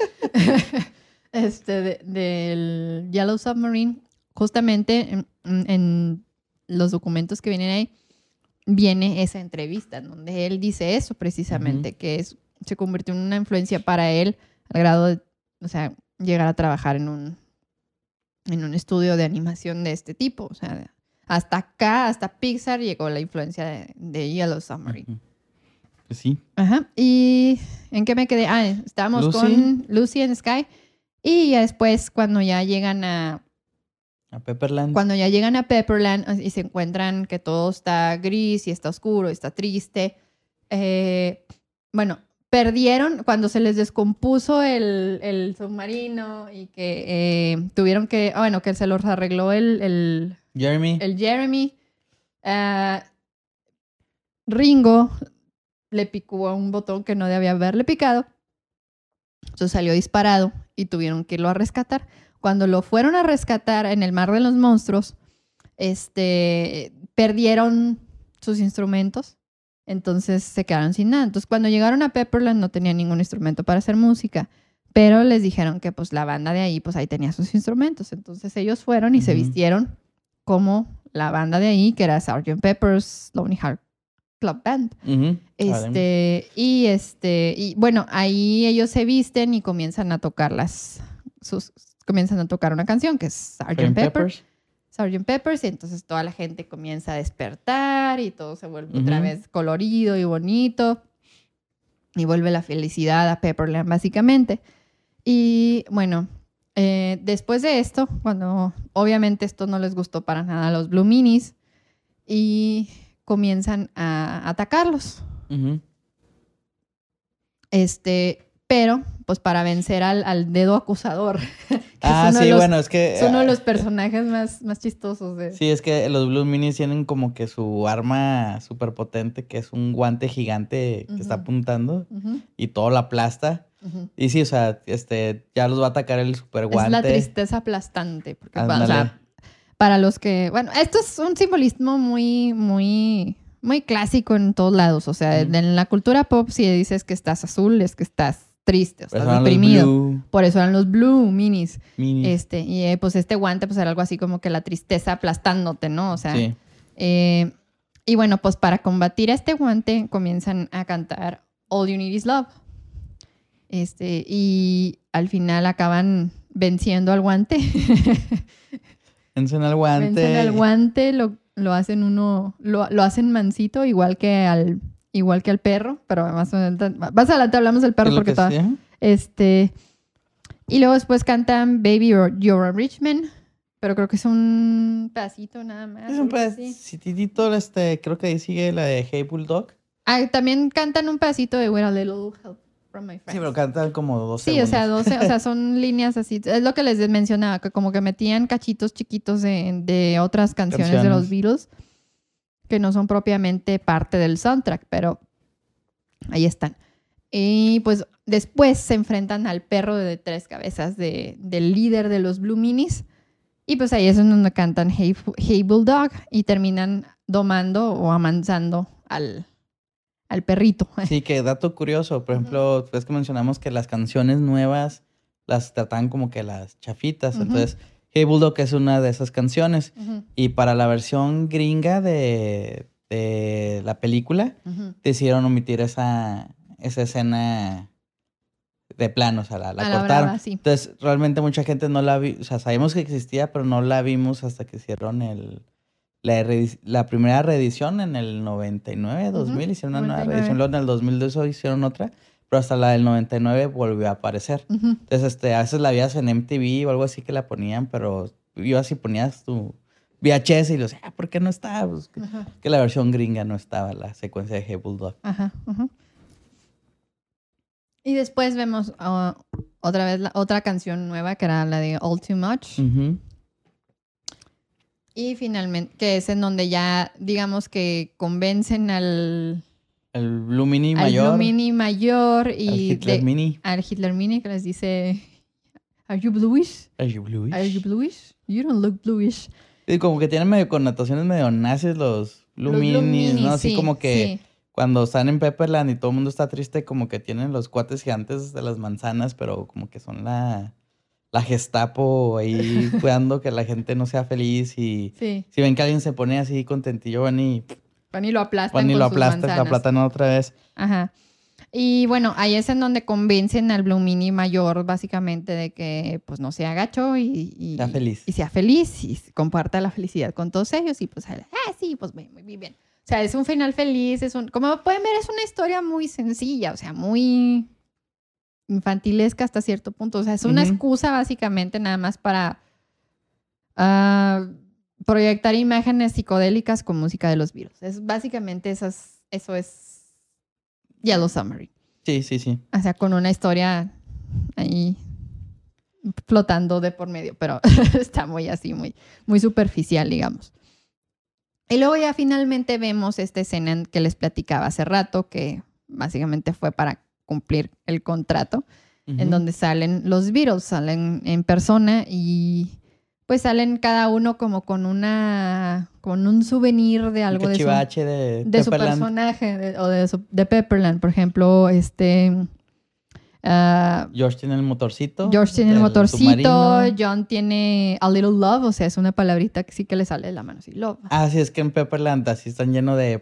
este, de- del Yellow Submarine, justamente en, en los documentos que vienen ahí, viene esa entrevista en donde él dice eso precisamente, Ujú. que es, se convirtió en una influencia para él al grado de, o sea, llegar a trabajar en un, en un estudio de animación de este tipo. O sea, hasta acá, hasta Pixar llegó la influencia de, de Yellow Submarine. Ujú. Pues sí. Ajá. ¿Y en qué me quedé? Ah, estábamos Lucy. con Lucy en Sky. Y ya después, cuando ya llegan a, A Pepperland. cuando ya llegan a Pepperland y se encuentran que todo está gris y está oscuro, está triste. Eh, bueno, perdieron cuando se les descompuso el, el submarino y que eh, tuvieron que, ah, bueno, que se los arregló el, el, Jeremy. el Jeremy. Uh, Ringo le picó a un botón que no debía haberle picado. Entonces salió disparado y tuvieron que irlo a rescatar. Cuando lo fueron a rescatar en el mar de los monstruos, este, perdieron sus instrumentos, entonces se quedaron sin nada. Entonces cuando llegaron a Pepperland no tenían ningún instrumento para hacer música, pero les dijeron que pues la banda de ahí pues ahí tenía sus instrumentos. Entonces ellos fueron y uh-huh. se vistieron como la banda de ahí, que era sergeant Pepper's Lonely Heart Club Band. Uh-huh. Este, y este, y bueno, ahí ellos se visten y comienzan a tocar las, sus, comienzan a tocar una canción que es sergeant Pepper. Peppers. sergeant Pepper's, y entonces toda la gente comienza a despertar y todo se vuelve Uh-huh. otra vez colorido y bonito y vuelve la felicidad a Pepperland básicamente. Y bueno, eh, después de esto, cuando obviamente esto no les gustó para nada a los Blue Minis y comienzan a atacarlos. Uh-huh. Este, pero pues para vencer al, al dedo acusador. que Ah, es uno sí, de los, bueno, es que... es uno de los personajes más, más chistosos. De... Sí, es que los Blue Minis tienen como que su arma súper potente, que es un guante gigante que Uh-huh. está apuntando Uh-huh. y todo lo aplasta. Uh-huh. Y sí, o sea, este, ya los va a atacar el super guante. Es la tristeza aplastante. Porque, Ándale. o sea, para los que... Bueno, esto es un simbolismo muy, muy, muy clásico en todos lados. O sea, Ujú. en la cultura pop, si dices que estás azul, es que estás triste, o Pues estás eran los deprimido. Blue Por eso eran los Blue Minis. Minis. Este, y eh, pues este guante pues era algo así como que la tristeza aplastándote, ¿no? O sea, Sí. eh, y bueno, pues para combatir a este guante comienzan a cantar All You Need Is Love. Este, y al final acaban venciendo al guante. Vencen al guante. Vencen al guante, lo, lo hacen uno, lo, lo hacen mansito, igual que al, igual que al perro, pero más adelante, más adelante hablamos del perro ¿Qué es lo porque que toda, sí? este, y luego después cantan Baby You're, You're a Rich Man, pero creo que es un pedacito nada más. Es un algo así. pedacitito, este, creo que ahí sigue la de Hey Bulldog. Ah, también cantan un pedacito de With a Little Help from My Friends. Sí, pero cantan como dos Sí, segundos. o sea, doce, o sea, son líneas así. Es lo que les mencionaba, que como que metían cachitos chiquitos de, de otras canciones, Canciones. de los Beatles que no son propiamente parte del soundtrack, pero ahí están. Y pues después se enfrentan al perro de tres cabezas de, del líder de los Blue Minis. Y pues ahí es donde cantan Hey, Hey Bulldog y terminan domando o amansando al, al perrito. Sí, que dato curioso, por ejemplo, es que mencionamos que las canciones nuevas las tratan como que las chafitas. Ujú. Entonces, Hey Bulldog es una de esas canciones. Ujú, Y para la versión gringa de, de la película, ujú. decidieron omitir esa, esa escena de plano, o sea, la, la A la cortaron. brava, sí. Entonces, realmente mucha gente no la vi, o sea, sabíamos que existía, pero no la vimos hasta que hicieron el, la, reedi- la primera reedición en el noventa y nueve, dos mil, Ujú, hicieron una nueva noventa y nueve. reedición, luego en el dos mil dos hicieron otra, pero hasta la del noventa y nueve volvió a aparecer. Ujú. Entonces, este, a veces la veías en M T V o algo así que la ponían, pero yo así ponías tu V H S y lo decía, ah, ¿por qué no está? Pues, que, Ajá. que la versión gringa no estaba, la secuencia de Hey Bulldog. Ajá, ajá. Y después vemos ah, otra vez la, otra canción nueva que era la de All Too Much. Ujú. Y finalmente, que es en donde ya, digamos que convencen al, El Blue Mini al mayor, Blue Mini mayor el y Hitler de- Mini. al Hitler Mini que les dice, ¿Are you bluish? Are you bluish? ¿Are you bluish? You don't look bluish. Sí, como que tienen medio connotaciones medio nazis los Blue Los Blue Minis, ¿no? Minis, Así sí, como que sí. cuando están en Pepperland y todo el mundo está triste, como que tienen los cuates gigantes de las manzanas, pero como que son la, la Gestapo ahí cuidando que la gente no sea feliz y Sí. si ven que alguien se pone así contentillo, van y, Van y lo aplastan van y con lo sus aplastan, lo manzanas. aplatan otra vez. Ajá. Y bueno, ahí es en donde convencen al Blue Mini mayor básicamente de que pues no sea gacho y, y Sea feliz. y sea feliz y comparta la felicidad con todos ellos y pues, ah, sí, pues muy, muy bien. O sea, es un final feliz, es un, como pueden ver, es una historia muy sencilla, o sea, muy infantilesca hasta cierto punto. O sea, es una Ujú. excusa básicamente nada más para ah, proyectar imágenes psicodélicas con música de los Beatles. Es básicamente esas, eso es Yellow Submarine. Sí, sí, sí. O sea, con una historia ahí flotando de por medio, pero está muy así, muy, muy superficial, digamos. Y luego ya finalmente vemos esta escena que les platicaba hace rato, que básicamente fue para cumplir el contrato, Ujú. en donde salen los Beatles, salen en persona y pues salen cada uno como con una, con un souvenir de algo Un de su, cachivache de, de su Pepperland. personaje de- o de, su- de Pepperland. Por ejemplo, este ah, George tiene el motorcito. George tiene el del motorcito, submarino. John tiene a little love, o sea, es una palabrita que sí que le sale de la mano, así, love. Ah, sí, es que en Pepperland así están llenos de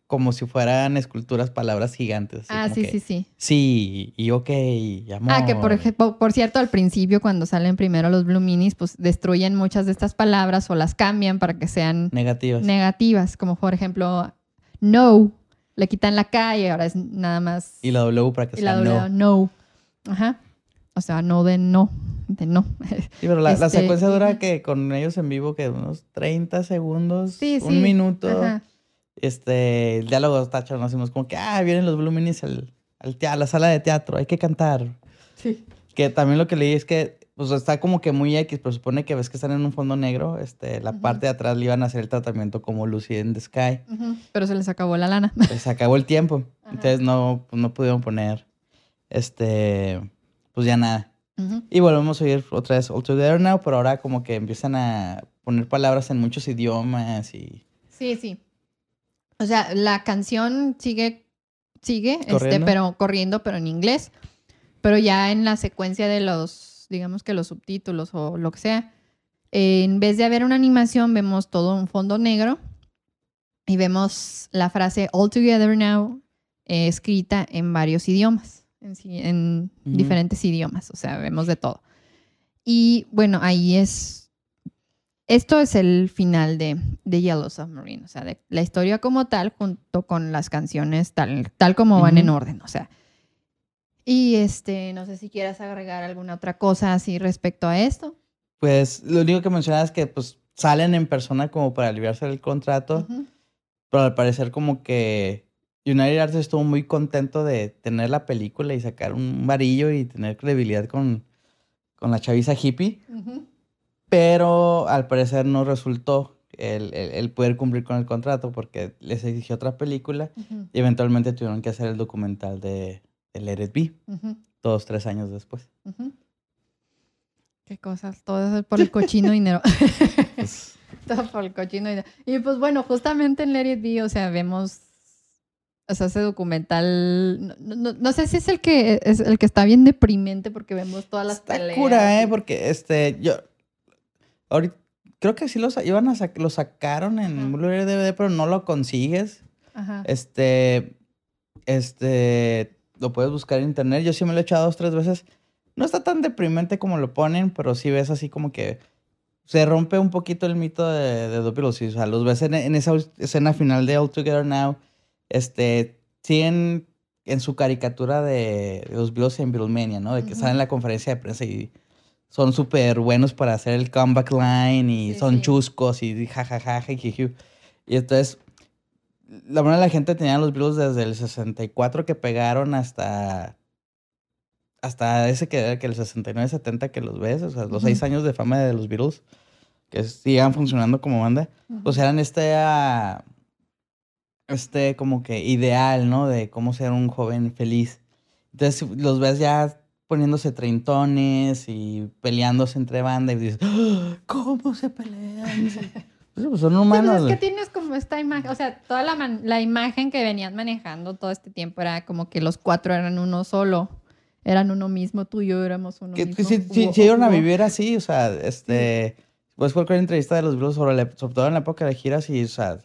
como si fueran esculturas, palabras gigantes. Así Ah, como sí, que, sí, sí. Sí, y ok, y amor. Ah, que por ejemplo, por cierto, al principio cuando salen primero los Blue Minis, pues destruyen muchas de estas palabras o las cambian para que sean Negativas. negativas, como por ejemplo, no, le quitan la K y ahora es nada más... Y la W para que y la sea W, no. no. Ajá. O sea, no de no, de no. Sí, pero la, la Este, secuencia dura ujú. que con ellos en vivo que unos treinta segundos, Sí, un sí. minuto. Ajá. Este, el diálogo está hecho, nos hicimos como que, ah, vienen los Blue Minis al, al tea- a la sala de teatro, hay que cantar. Sí. Que también lo que leí es que, pues está como que muy X, pero supone que ves que están en un fondo negro, este, la Ujú. parte de atrás le iban a hacer el tratamiento como Lucy in the Sky. Ujú. Pero se les acabó la lana. Pues se acabó el tiempo, Ajá. entonces no, pues no pudieron poner, este, pues ya nada. Ujú. Y volvemos a oír otra vez All Together Now, pero ahora como que empiezan a poner palabras en muchos idiomas y Sí, sí. O sea, la canción sigue, sigue, este, corriendo. pero corriendo, pero en inglés. Pero ya en la secuencia de los, digamos que los subtítulos o lo que sea, eh, en vez de haber una animación, vemos todo un fondo negro y vemos la frase All Together Now eh, escrita en varios idiomas, en, si- en Ujú. diferentes idiomas. O sea, vemos de todo. Y bueno, ahí es. Esto es el final de, de Yellow Submarine, o sea, de la historia como tal, junto con las canciones tal, tal como van Ujú. en orden, o sea. Y este, no sé si quieras agregar alguna otra cosa así respecto a esto. Pues lo único que mencionaba es que pues salen en persona como para aliviarse del contrato, Ujú. pero al parecer como que United Arts estuvo muy contento de tener la película y sacar un varillo y tener credibilidad con, con la chaviza hippie, Ujú. pero al parecer no resultó el, el- el poder cumplir con el contrato porque les exigió otra película Ujú. y eventualmente tuvieron que hacer el documental de, de Let It Be, Ujú. dos, tres años después. Ujú. Qué cosas, todo eso por el cochino dinero. Pues, Todo por el cochino dinero. Y pues bueno, justamente en Let It Be, o sea, vemos, o sea, ese documental, no, no- no sé si es el que es el que está bien deprimente porque vemos todas las está peleas. cura, ¿eh? y- Porque este, yo, ahorita, creo que sí lo, sa- iban a sac- lo sacaron en Ajá. Blu-ray D V D, pero no lo consigues. Ajá. Este, este, lo puedes buscar en internet. Yo sí me lo he echado dos, tres veces. No está tan deprimente como lo ponen, pero sí ves así como que se rompe un poquito el mito de, de The Beatles. Y, o sea, los ves en, en esa us- escena final de All Together Now. Este, siguen en su caricatura de, de los Beatles en Beatlemania, ¿no? De que Ujú. están en la conferencia de prensa y son súper buenos para hacer el comeback line y Sí, son sí. chuscos y jajaja, jijiju. Y entonces, la verdad, la gente tenía los Beatles desde el sesenta y cuatro que pegaron hasta, hasta ese que, que el sesenta y nueve setenta que los ves, o sea, los Ujú. seis años de fama de los Beatles, que sigan funcionando como banda, pues Ujú. eran este, ah, este como que ideal, ¿no? De cómo ser un joven feliz. Entonces los ves ya poniéndose treintones y peleándose entre banda y dices, "¡Ah! ¿Cómo se pelean? Pues, pues, son Sí, humanos. pues es que güey". tienes como esta imagen, o sea, toda la, man- la imagen que venían manejando todo este tiempo era como que los cuatro eran uno solo, eran uno mismo, tú y yo éramos uno Que, que mismo. sí, sí, Hubo- sí llegaron a hubo- vivir así, o sea, este... Pues cualquier entrevista de los Beatles sobre, la- sobre todo en la época de giras y, o sea,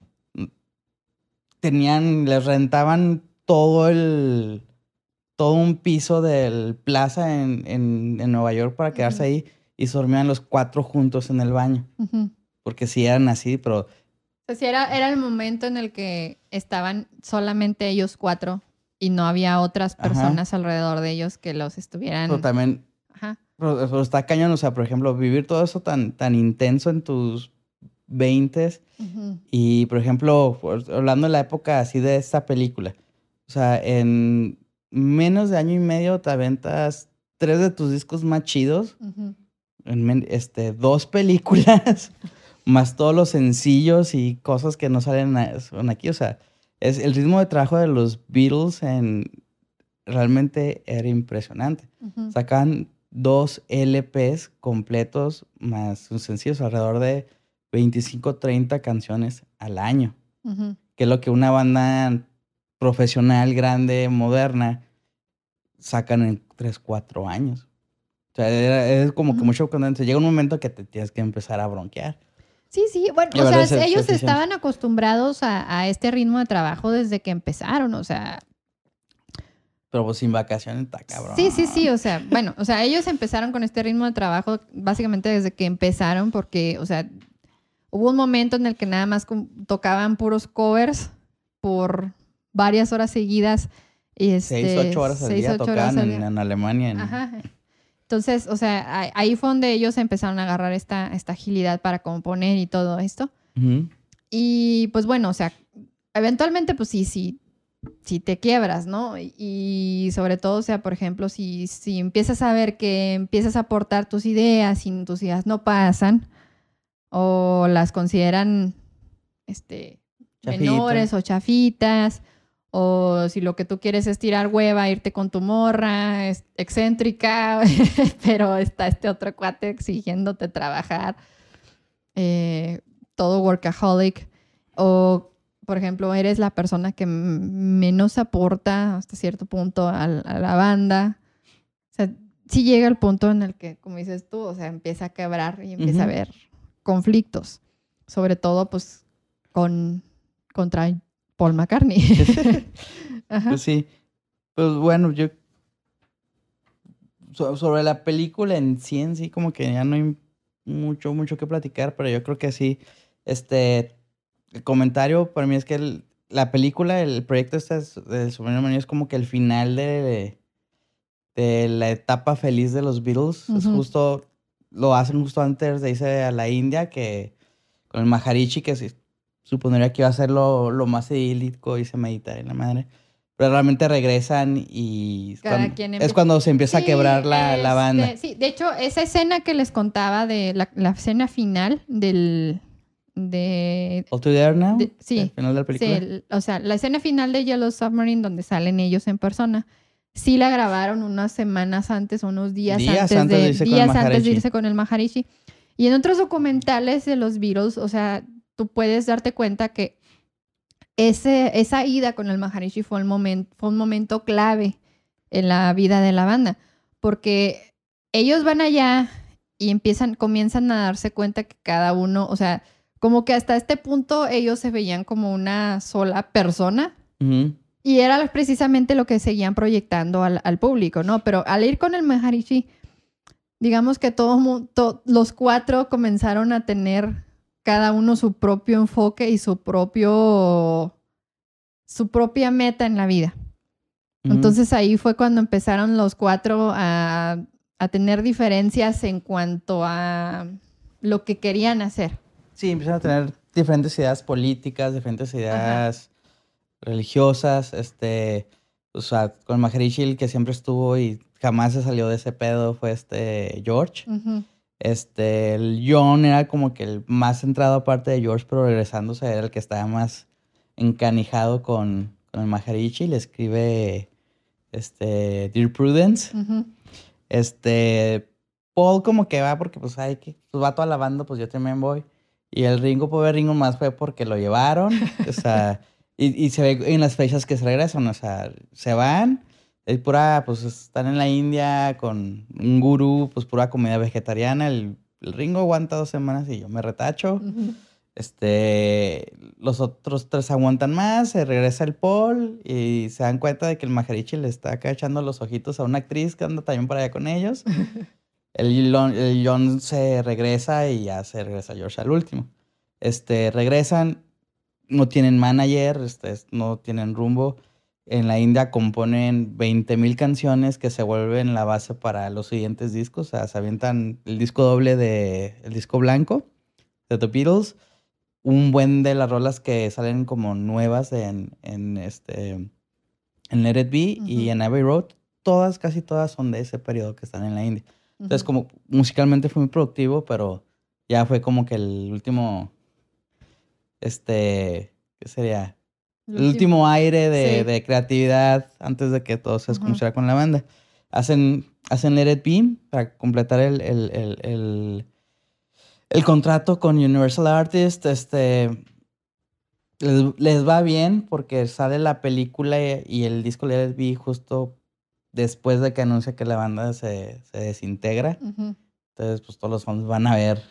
tenían, les rentaban todo el, todo un piso del plaza en, en, en Nueva York para quedarse Ujú. ahí y se dormían los cuatro juntos en el baño. Ujú. Porque sí eran así, pero O sea, sí, era, era el momento en el que estaban solamente ellos cuatro y no había otras Ajá. personas alrededor de ellos que los pero estuvieran... también, Ajá. pero, pero está cañón, o sea, por ejemplo, vivir todo eso tan, tan intenso en tus veintes Ujú. y, por ejemplo, pues, hablando de la época así de esta película, o sea, en menos de año y medio te aventas tres de tus discos más chidos, Ujú. en men- este, dos películas, más todos los sencillos y cosas que no salen a- son aquí, o sea, es el ritmo de trabajo de los Beatles en realmente era impresionante. Ujú. Sacaban dos L Ps completos más sus sencillos, alrededor de veinticinco, treinta canciones al año, Ujú. que es lo que una banda profesional, grande, moderna, sacan en tres, cuatro años. O sea, era- es como que Ujú. mucho cuando llega un momento que te tienes que empezar a bronquear. Sí, sí, bueno, Y o sea, ser, ser ellos eficiente. estaban acostumbrados a, a este ritmo de trabajo desde que empezaron, o sea... Pero pues sin vacaciones está cabrón. Sí, sí, sí, o sea, bueno, o sea, ellos empezaron con este ritmo de trabajo básicamente desde que empezaron porque, o sea, hubo un momento en el que nada más tocaban puros covers por varias horas seguidas. Y este, seis, ocho horas al seis, día ocho tocaban horas al en, día. en Alemania. En... Ajá. Entonces, o sea, ahí fue donde ellos empezaron a agarrar esta, esta agilidad para componer y todo esto. Uh-huh. Y pues bueno, o sea, eventualmente pues sí, sí, sí te quiebras, ¿no? Y sobre todo, o sea, por ejemplo, si, si empiezas a ver que empiezas a aportar tus ideas y tus ideas no pasan o las consideran este, menores o chafitas, o si lo que tú quieres es tirar hueva, irte con tu morra, es excéntrica, pero está este otro cuate exigiéndote trabajar, eh, todo workaholic, o por ejemplo, eres la persona que menos aporta hasta cierto punto a, a la banda. O sea, sí llega el punto en el que, como dices tú, o sea, empieza a quebrar y empieza uh-huh. a haber conflictos, sobre todo pues con contra Paul McCartney. Ajá. Pues sí. Pues bueno, yo so, sobre la película en sí, en sí, como que ya no hay mucho, mucho que platicar, pero yo creo que sí, este, el comentario para mí es que el, la película, el proyecto este del Submarino Amarillo es como que el final de, de la etapa feliz de los Beatles. Uh-huh. Es justo, lo hacen justo antes de irse a la India, que con el Maharishi, que se supondría que iba a ser lo, lo más idílico y se medita en la madre. Pero realmente regresan y cuando, es cuando se empieza sí, a quebrar la, este, la banda. Sí, de hecho, esa escena que les contaba de la, la escena final del... de All Together Now, de, sí, el final de la película. Sí, o sea, la escena final de Yellow Submarine donde salen ellos en persona, sí la grabaron unas semanas antes, unos días, días antes, antes, de, de días antes de irse con el Maharishi. Y en otros documentales de los Beatles, o sea, tú puedes darte cuenta que ese, esa ida con el Maharishi fue, el moment, fue un momento clave en la vida de la banda, porque ellos van allá y empiezan, comienzan a darse cuenta que cada uno, o sea, como que hasta este punto ellos se veían como una sola persona. Uh-huh. Y era precisamente lo que seguían proyectando al, al público, ¿no? Pero al ir con el Maharishi, digamos que todos to, los cuatro comenzaron a tener cada uno su propio enfoque y su propio su propia meta en la vida. Uh-huh. Entonces ahí fue cuando empezaron los cuatro a, a tener diferencias en cuanto a lo que querían hacer. Sí, empezaron a tener diferentes ideas políticas, diferentes ideas Ajá. religiosas, este, o sea, con Maharishi el que siempre estuvo y jamás se salió de ese pedo fue este George. Uh-huh. Este, el John era como que el más centrado aparte de George, pero regresándose era el que estaba más encanijado con, con el Maharishi. Le escribe este Dear Prudence. Uh-huh. Este, Paul como que va porque pues hay que, pues va toda la banda, pues yo también voy. Y el Ringo, pobre Ringo, más fue porque lo llevaron. O sea, y, y se ve en las fechas que se regresan, o sea, se van. Es pura, pues están en la India con un gurú, pues pura comida vegetariana. El, el Ringo aguanta dos semanas y yo me retacho. Uh-huh. Este, los otros tres aguantan más, se regresa el Paul y se dan cuenta de que el Maharishi le está acá echando los ojitos a una actriz que anda también para allá con ellos. El John, el John se regresa y ya se regresa George al último. Este, regresan, no tienen manager, este, no tienen rumbo. En la India componen veinte mil canciones que se vuelven la base para los siguientes discos. O sea, se avientan el disco doble de el disco blanco de The Beatles. Un buen de las rolas que salen como nuevas en, en, este, en Let It Be uh-huh. y en Abbey Road. Todas, casi todas son de ese periodo que están en la India. Entonces, como musicalmente fue muy productivo, pero ya fue como que el último, este, ¿qué sería? El, el último, último aire de, sí. de creatividad antes de que todo se descompusiera uh-huh. con la banda. Hacen, hacen Let It Be para completar el, el, el, el, el contrato con Universal Artists. Este, les, les va bien porque sale la película y el disco Let It Be justo después de que anuncia que la banda se, se desintegra. Uh-huh. Entonces, pues todos los fans van a ver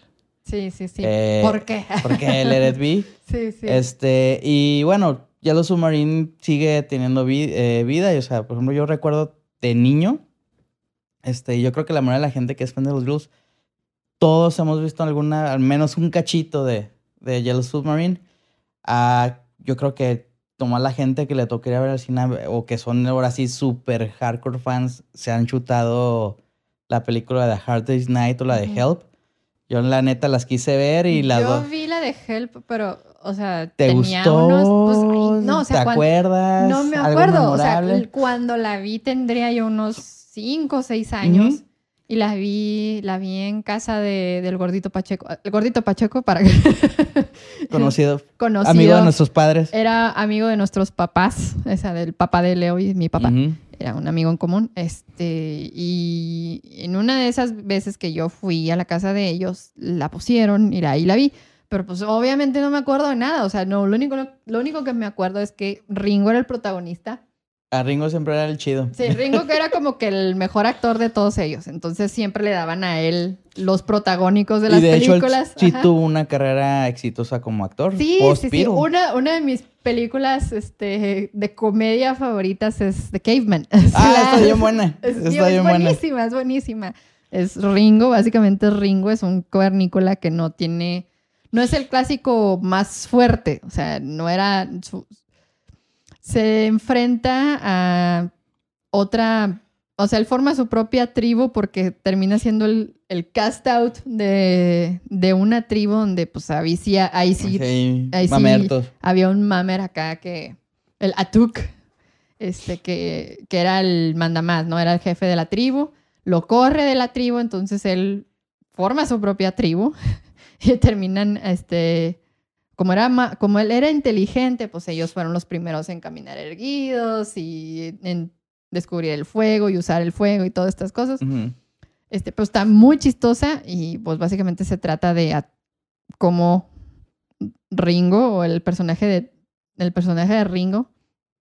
Sí, sí, sí. Eh, ¿Por qué? Porque Let It Be. Sí, sí. Este, y bueno, Yellow Submarine sigue teniendo vi- eh, vida. Y, o sea, por ejemplo, yo recuerdo de niño, este, yo creo que la mayoría de la gente que es fan de los Beatles, todos hemos visto alguna, al menos un cachito de, de Yellow Submarine. Ah, yo creo que tomar la gente que le tocaría ver al cine o que son ahora sí súper hardcore fans, se han chutado la película de Hard Day's Night o la de Ujú. Help. Yo la neta las quise ver y las Yo dos. vi la de Help, pero, o sea, ¿Te tenía gustó? unos, pues, ay, no, o sea, ¿Te cuan- acuerdas? no me ¿Algo acuerdo, o sea, memorable? l- cuando la vi tendría yo unos cinco o seis años Ujú. y la vi, la vi en casa de, del gordito Pacheco, el gordito Pacheco para que Conocido. conocido, Amigo de nuestros padres. era amigo de nuestros papás, o sea, del papá de Leo y mi papá. Ujú. Era un amigo en común, este, y en una de esas veces que yo fui a la casa de ellos, la pusieron y ahí la vi, pero pues obviamente no me acuerdo de nada, o sea, no, lo único, lo único que me acuerdo es que Ringo era el protagonista. A Ringo siempre era el chido. Sí, Ringo que era como que el mejor actor de todos ellos, entonces siempre le daban a él los protagónicos de las Y de hecho, él películas. sí Ajá. tuvo una carrera exitosa como actor. Sí, post sí, sí. Beatle. Una, una de mis películas este, de comedia favoritas es The Caveman. Ah, está bien buena. Es, Está es bien buena. buenísima, es buenísima. Es Ringo, básicamente Ringo es un cavernícola que no tiene, no es el clásico más fuerte, o sea, no era, su- se enfrenta a otra, o sea, él forma su propia tribu porque termina siendo el, el cast out de, de una tribu donde pues ahí sí, ahí sí, Sí, ahí sí mamertos. había un mamer acá que, el Atuk, este, que, que era el mandamás, ¿no? Era el jefe de la tribu, lo corre de la tribu, entonces él forma su propia tribu y terminan, este, como, era ma- como él era inteligente, pues ellos fueron los primeros en caminar erguidos y en descubrir el fuego y usar el fuego y todas estas cosas. Ujú. Este, pues está muy chistosa y pues básicamente se trata de a- cómo Ringo o el personaje de, el personaje de Ringo,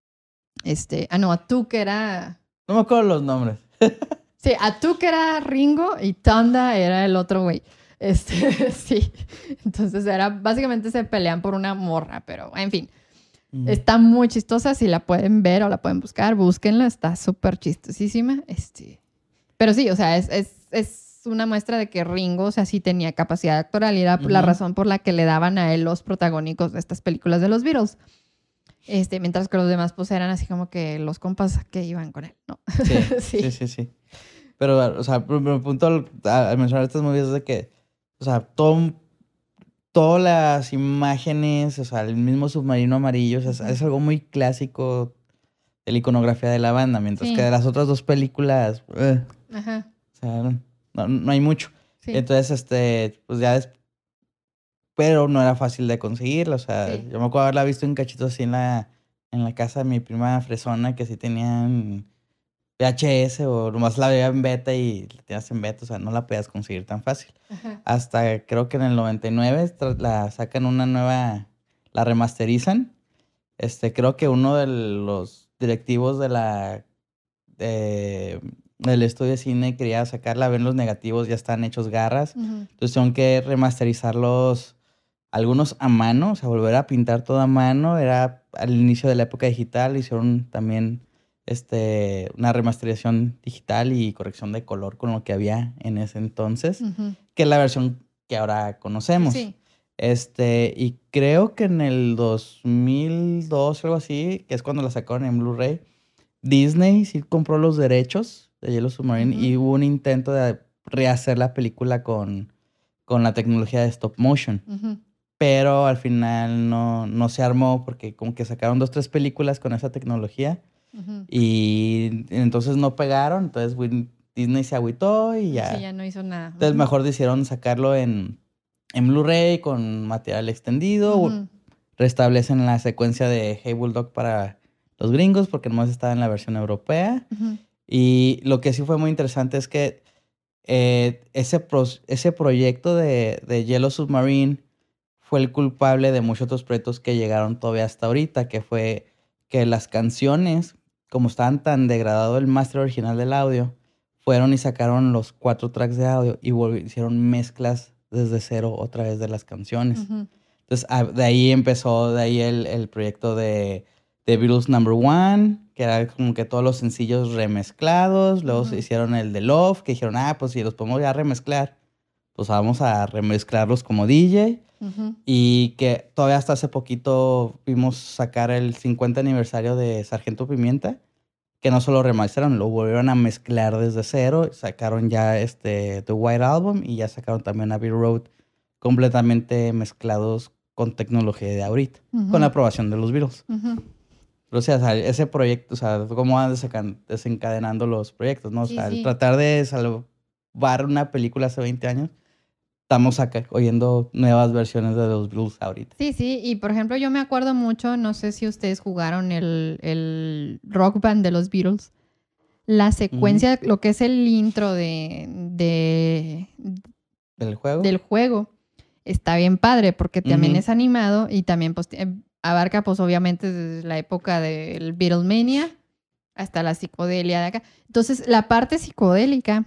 este, ah no, Atuk era, No me acuerdo los nombres. sí, Atuk era Ringo y Tonda era el otro güey. Este, sí, entonces era, básicamente se pelean por una morra, pero en fin, Ujú. está muy chistosa, si la pueden ver o la pueden buscar, búsquenla, está súper chistosísima, este, pero sí, o sea, es, es, es una muestra de que Ringo, o sea, sí tenía capacidad actoral y era la Ujú. razón por la que le daban a él los protagónicos de estas películas de los Beatles. Este, mientras que los demás pues eran así como que los compas que iban con él, ¿no? Sí, Sí. sí, sí, sí. Pero, o sea, por- por el punto al, al mencionar estas movies es de que, o sea, todo, todas las imágenes, o sea, el mismo submarino amarillo, o sea, es- Ujú. es algo muy clásico de la iconografía de la banda, mientras Sí. que de las otras dos películas, eh, Ajá, o sea, no, no- no hay mucho. sí. Entonces, este, pues ya es, pero no era fácil de conseguirla, o sea, Sí. yo me acuerdo haberla visto en cachitos así en la, en la casa de mi prima fresona, que sí tenían V H S o nomás la veía en beta y la tenías en beta, o sea, no la podías conseguir tan fácil. Ajá. Hasta creo que en el noventa y nueve tra- la sacan una nueva, la remasterizan. Este, creo que uno de los directivos de la eh, del estudio de cine quería sacarla, ven los negativos, ya están hechos garras. Ujú. Entonces tengo que remasterizarlos algunos a mano, o sea, volver a pintar todo a mano. Era al inicio de la época digital, hicieron también este, una remasterización digital y corrección de color con lo que había en ese entonces, Ujú. que es la versión que ahora conocemos. Sí. Este, y creo que en el dos mil dos o algo así, que es cuando la sacaron en Blu-ray, Disney sí compró los derechos de Yellow Submarine Ujú. y hubo un intento de rehacer la película con, con la tecnología de stop motion. Ujú. Pero al final no, no se armó porque como que sacaron dos, tres películas con esa tecnología Ujú. y entonces no pegaron. Entonces Win- Disney se agüitó y ya. Sí, ya no hizo nada. Entonces Ujú. mejor decidieron sacarlo en, en Blu-ray con material extendido. Ujú. Restablecen la secuencia de Hey Bulldog para los gringos porque nomás estaba en la versión europea. Ujú. Y lo que sí fue muy interesante es que eh, ese, pros- ese proyecto de, de Yellow Submarine fue el culpable de muchos otros proyectos que llegaron todavía hasta ahorita, que fue que las canciones, como estaban tan degradado el máster original del audio, fueron y sacaron los cuatro tracks de audio y volvi- hicieron mezclas desde cero otra vez de las canciones. Uh-huh. Entonces, de ahí empezó, de ahí el, el proyecto de, de Beatles Number One, que era como que todos los sencillos remezclados. Luego uh-huh. se hicieron el de Love, que dijeron, ah, pues si los podemos ya remezclar, pues vamos a remezclarlos como D J. Uh-huh. Y que todavía hasta hace poquito vimos sacar el cincuenta aniversario de Sargento Pimienta, que no solo remezclaron, lo volvieron a mezclar desde cero. Sacaron ya este The White Album y ya sacaron también Abbey Road completamente mezclados con tecnología de ahorita, uh-huh. con la aprobación de los Beatles. Uh-huh. Pero, o sea, ese proyecto, o sea, cómo van desencadenando los proyectos, ¿no? O sea, sí, sí. tratar de salvar una película hace veinte años, estamos acá oyendo nuevas versiones de los Beatles ahorita. Sí, sí, y por ejemplo, yo me acuerdo mucho, no sé si ustedes jugaron el, el Rock Band de los Beatles, la secuencia, uh-huh. lo que es el intro de, de ¿Del juego? Del juego. Está bien padre porque también uh-huh. es animado y también pues, abarca pues obviamente desde la época del Beatlemania hasta la psicodelia de acá. Entonces la parte psicodélica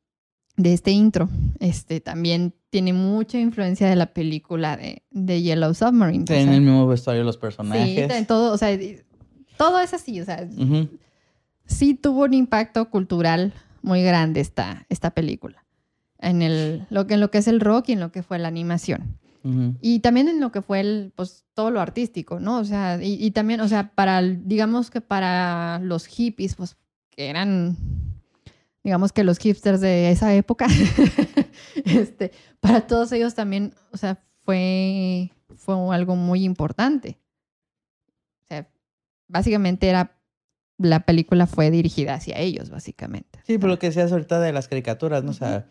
de este intro este, también tiene mucha influencia de la película de, de Yellow Submarine. Tienen o sea, el mismo vestuario los personajes. Sí, todo, o sea, todo es así, o sea, uh-huh. sí tuvo un impacto cultural muy grande esta, esta película. En, el, lo que, en lo que es el rock y en lo que fue la animación. Uh-huh. Y también en lo que fue el, pues, todo lo artístico, ¿no? O sea, y, y también, o sea, para, digamos que para los hippies, pues, que eran, digamos que los hipsters de esa época, este, para todos ellos también, o sea, fue, fue algo muy importante. O sea, básicamente era, la película fue dirigida hacia ellos, básicamente. Sí, por lo que decías ahorita de las caricaturas, ¿no? Uh-huh. O sea,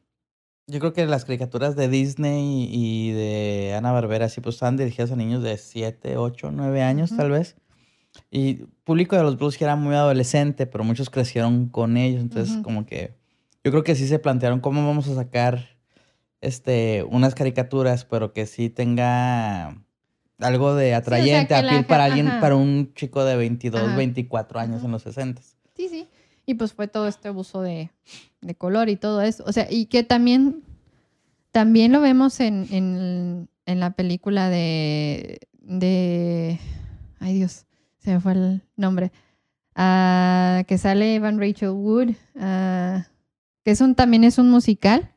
yo creo que las caricaturas de Disney y de Hanna-Barbera sí pues estaban dirigidas a niños de siete, ocho, nueve años uh-huh. tal vez. Y el público de los Blues que era muy adolescente, pero muchos crecieron con ellos. Entonces uh-huh. como que yo creo que sí se plantearon cómo vamos a sacar este, unas caricaturas, pero que sí tenga algo de atrayente, sí, o sea, appeal la... para alguien, ajá. para un chico de veintidós, ajá. veinticuatro años uh-huh. en los sesentas. Sí, sí. Y pues fue todo este uso de, de color y todo eso. O sea, y que también, también lo vemos en, en, en la película de, de... Ay, Dios, se me fue el nombre. Uh, que sale Evan Rachel Wood, uh, que es un, también es un musical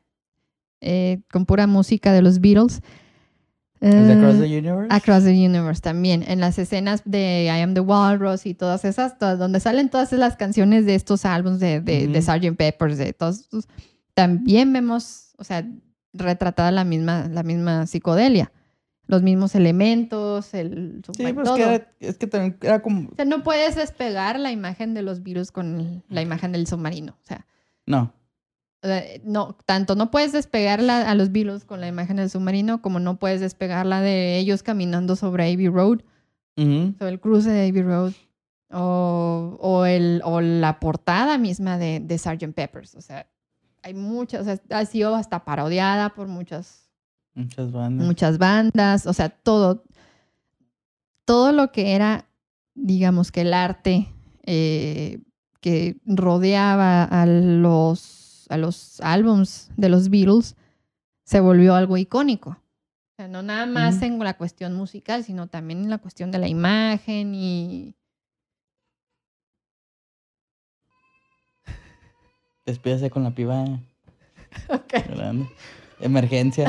eh, con pura música de los Beatles. ¿Es de Across the Universe? Across the Universe también. En las escenas de I Am the Walrus y todas esas, todas, donde salen todas las canciones de estos álbumes de, de, uh-huh. de sergeant Pepper's, de todos estos, también vemos, o sea, retratada la misma, la misma psicodelia. Los mismos elementos, el sí, pues todo. Que era, es que también era como... O sea, no puedes despegar la imagen de los virus con el, la imagen del submarino. O sea, no. No, tanto no puedes despegarla a los Beatles con la imagen del submarino como no puedes despegarla de ellos caminando sobre Abbey Road, uh-huh. sobre el cruce de Abbey Road o, o, el, o la portada misma de, de sergeant Pepper's. O sea, hay muchas, o sea, ha sido hasta parodiada por muchas, muchas bandas. Muchas bandas, o sea, todo, todo lo que era, digamos que el arte eh, que rodeaba a los a los álbums de los Beatles se volvió algo icónico. O sea, no nada más uh-huh. en la cuestión musical, sino también en la cuestión de la imagen y... Despídase con la piba. Ok. Grande. Emergencia.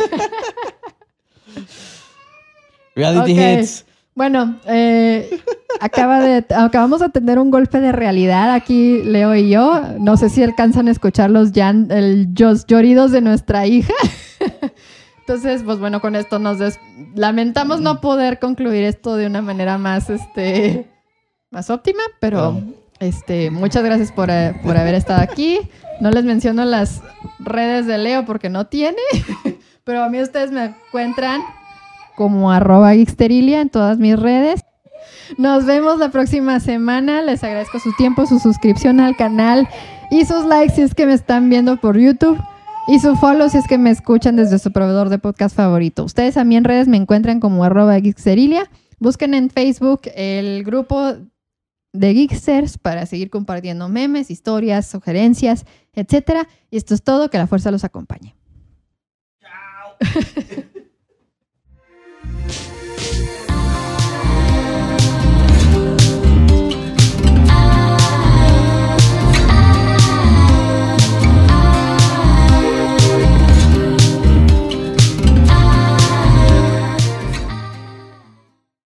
Reality okay. hits. Bueno, eh, acaba de, acabamos de tener un golpe de realidad aquí, Leo y yo. No sé si alcanzan a escuchar los, llan, el, los lloridos de nuestra hija. Entonces, pues bueno, con esto nos des... lamentamos no poder concluir esto de una manera más, este, más óptima, pero este, muchas gracias por, uh, por haber estado aquí. No les menciono las redes de Leo porque no tiene, pero a mí ustedes me encuentran como arroba Geeksterilia en todas mis redes. Nos vemos la próxima semana. Les agradezco su tiempo, su suscripción al canal y sus likes si es que me están viendo por YouTube y su follow si es que me escuchan desde su proveedor de podcast favorito. Ustedes a mí en redes me encuentran como arroba Geeksterilia. Busquen en Facebook el grupo de Geeksters para seguir compartiendo memes, historias, sugerencias, etcétera. Y esto es todo. Que la fuerza los acompañe.